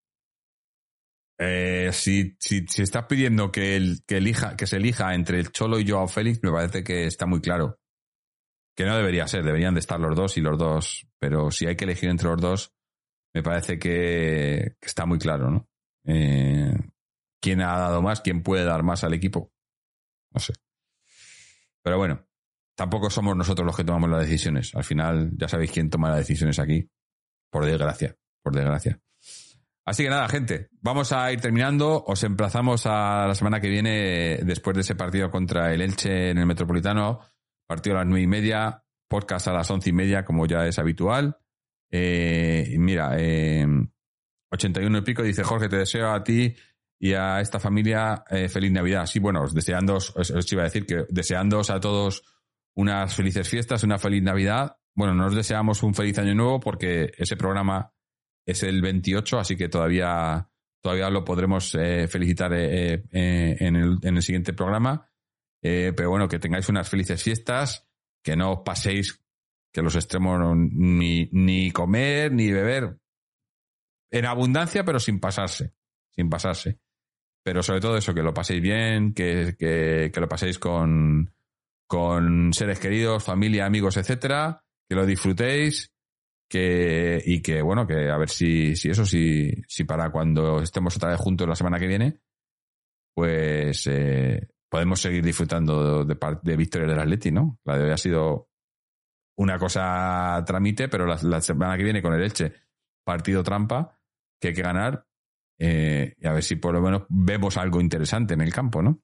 Eh, si, si, si estás pidiendo que, el, que, elija, que se elija entre el Cholo y Joao Félix, me parece que está muy claro. Que no debería ser, deberían de estar los dos y los dos. Pero si hay que elegir entre los dos, me parece que, que está muy claro, ¿no? Eh, ¿Quién ha dado más? ¿Quién puede dar más al equipo? No sé. Pero bueno. Tampoco somos nosotros los que tomamos las decisiones. Al final, ya sabéis quién toma las decisiones aquí. Por desgracia. Por desgracia. Así que nada, gente. Vamos a ir terminando. Os emplazamos a la semana que viene, después de ese partido contra el Elche en el Metropolitano. Partido a las nueve y media. Podcast a las once y media, como ya es habitual. Eh, mira, eh, ochenta y uno y pico dice, Jorge, te deseo a ti y a esta familia eh, feliz Navidad. Sí, bueno, os deseándoos, os, os iba a decir que deseándoos a todos unas felices fiestas, una feliz Navidad. Bueno, no os deseamos un feliz año nuevo porque ese programa es el veintiocho, así que todavía, todavía lo podremos eh, felicitar eh, eh, en, el, en el siguiente programa. Eh, pero bueno, que tengáis unas felices fiestas, que no os paséis, que los extremos no, ni, ni comer, ni beber. En abundancia, pero sin pasarse. Sin pasarse. Pero sobre todo eso, que lo paséis bien, que, que, que lo paséis con... con seres queridos, familia, amigos, etcétera, que lo disfrutéis, que y que, bueno, que a ver si, si eso, si, si para cuando estemos otra vez juntos la semana que viene, pues eh, podemos seguir disfrutando de, de victorias del Atleti, ¿no? La de hoy ha sido una cosa trámite, pero la, la semana que viene con el Elche, partido trampa, que hay que ganar, eh, y a ver si por lo menos vemos algo interesante en el campo, ¿no?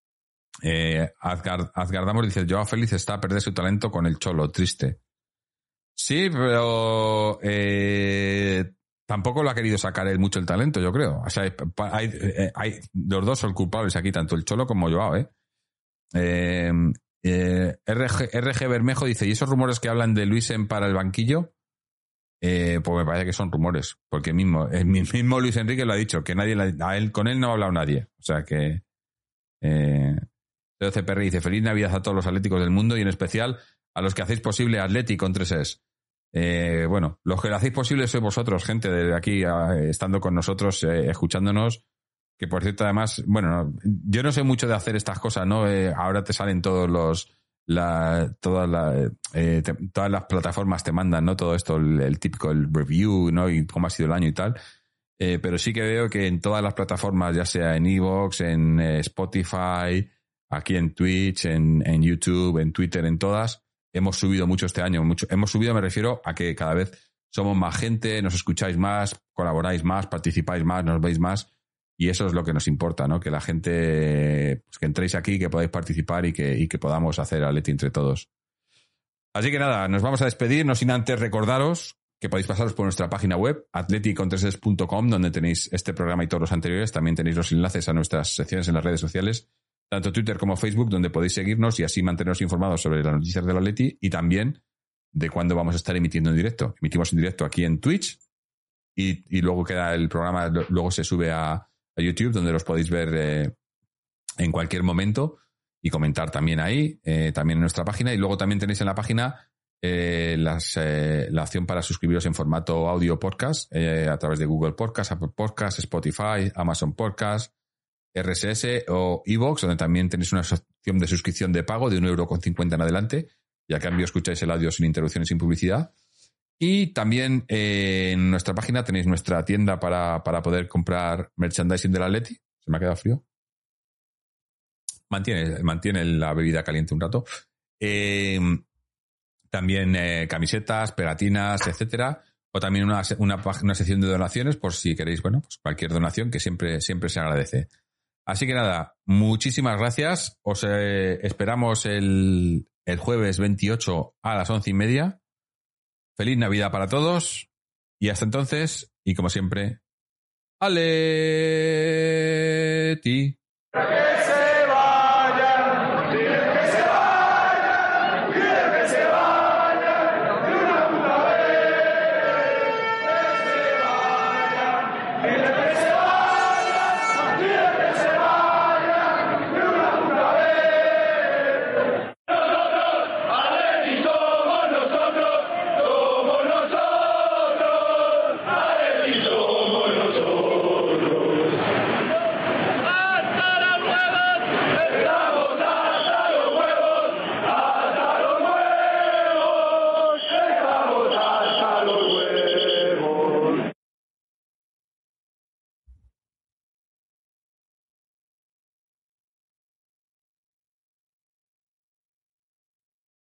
Eh, Azgard, Azgardamos dice, Joao Félix está a perder su talento con el Cholo, triste. Sí, pero eh, tampoco lo ha querido sacar él mucho el talento, yo creo. O sea, hay, hay, los dos son culpables aquí, tanto el Cholo como Joao, ¿eh? eh, eh R G, R G Bermejo dice, ¿y esos rumores que hablan de Luisen para el banquillo? Eh, pues me parece que son rumores, porque mismo, el mismo Luis Enrique lo ha dicho, que nadie, a él, con él no ha hablado nadie. O sea que... Eh, C P R dice, feliz Navidad a todos los atléticos del mundo y en especial a los que hacéis posible Atleti con tres es. Eh, bueno, los que lo hacéis posible sois vosotros, gente de aquí eh, estando con nosotros, eh, escuchándonos, que por cierto además, bueno, yo no sé mucho de hacer estas cosas, ¿no? Eh, ahora te salen todos los, la, todas, la, eh, te, todas las plataformas te mandan, ¿no? Todo esto, el, el típico, el review, ¿no? Y cómo ha sido el año y tal. Eh, pero sí que veo que en todas las plataformas, ya sea en iVoox, en eh, Spotify, aquí en Twitch, en, en YouTube, en Twitter, en todas, hemos subido mucho este año. Mucho, hemos subido, me refiero a que cada vez somos más gente, nos escucháis más, colaboráis más, participáis más, nos veis más, y eso es lo que nos importa, ¿no? Que la gente, pues que entréis aquí, que podáis participar y que, y que podamos hacer Atleti entre todos. Así que nada, nos vamos a despedir, no sin antes recordaros que podéis pasaros por nuestra página web, atleti con tres es punto com, donde tenéis este programa y todos los anteriores. También tenéis los enlaces a nuestras secciones en las redes sociales, tanto Twitter como Facebook, donde podéis seguirnos y así manteneros informados sobre las noticias del Atleti y también de cuándo vamos a estar emitiendo en directo. Emitimos en directo aquí en Twitch y, y luego queda el programa, luego se sube a, a YouTube, donde los podéis ver eh, en cualquier momento y comentar también ahí, eh, también en nuestra página. Y luego también tenéis en la página eh, las, eh, la opción para suscribiros en formato audio podcast eh, a través de Google Podcast, Apple Podcast, Spotify, Amazon Podcast, R S S o iVoox, donde también tenéis una opción de suscripción de pago de un euro con cincuenta en adelante, y a cambio escucháis el audio sin interrupciones, sin publicidad. Y también eh, en nuestra página tenéis nuestra tienda para, para poder comprar merchandising del Atleti. ¿Se me ha quedado frío? mantiene, mantiene la bebida caliente un rato. Eh, también eh, camisetas, pegatinas, etcétera. O también una, una, una sección de donaciones por si queréis, bueno, pues cualquier donación que siempre, siempre se agradece. Así que nada, muchísimas gracias. Os eh, esperamos el, el jueves veintiocho a las once y media. Feliz Navidad para todos. Y hasta entonces, y como siempre, ¡Aleti!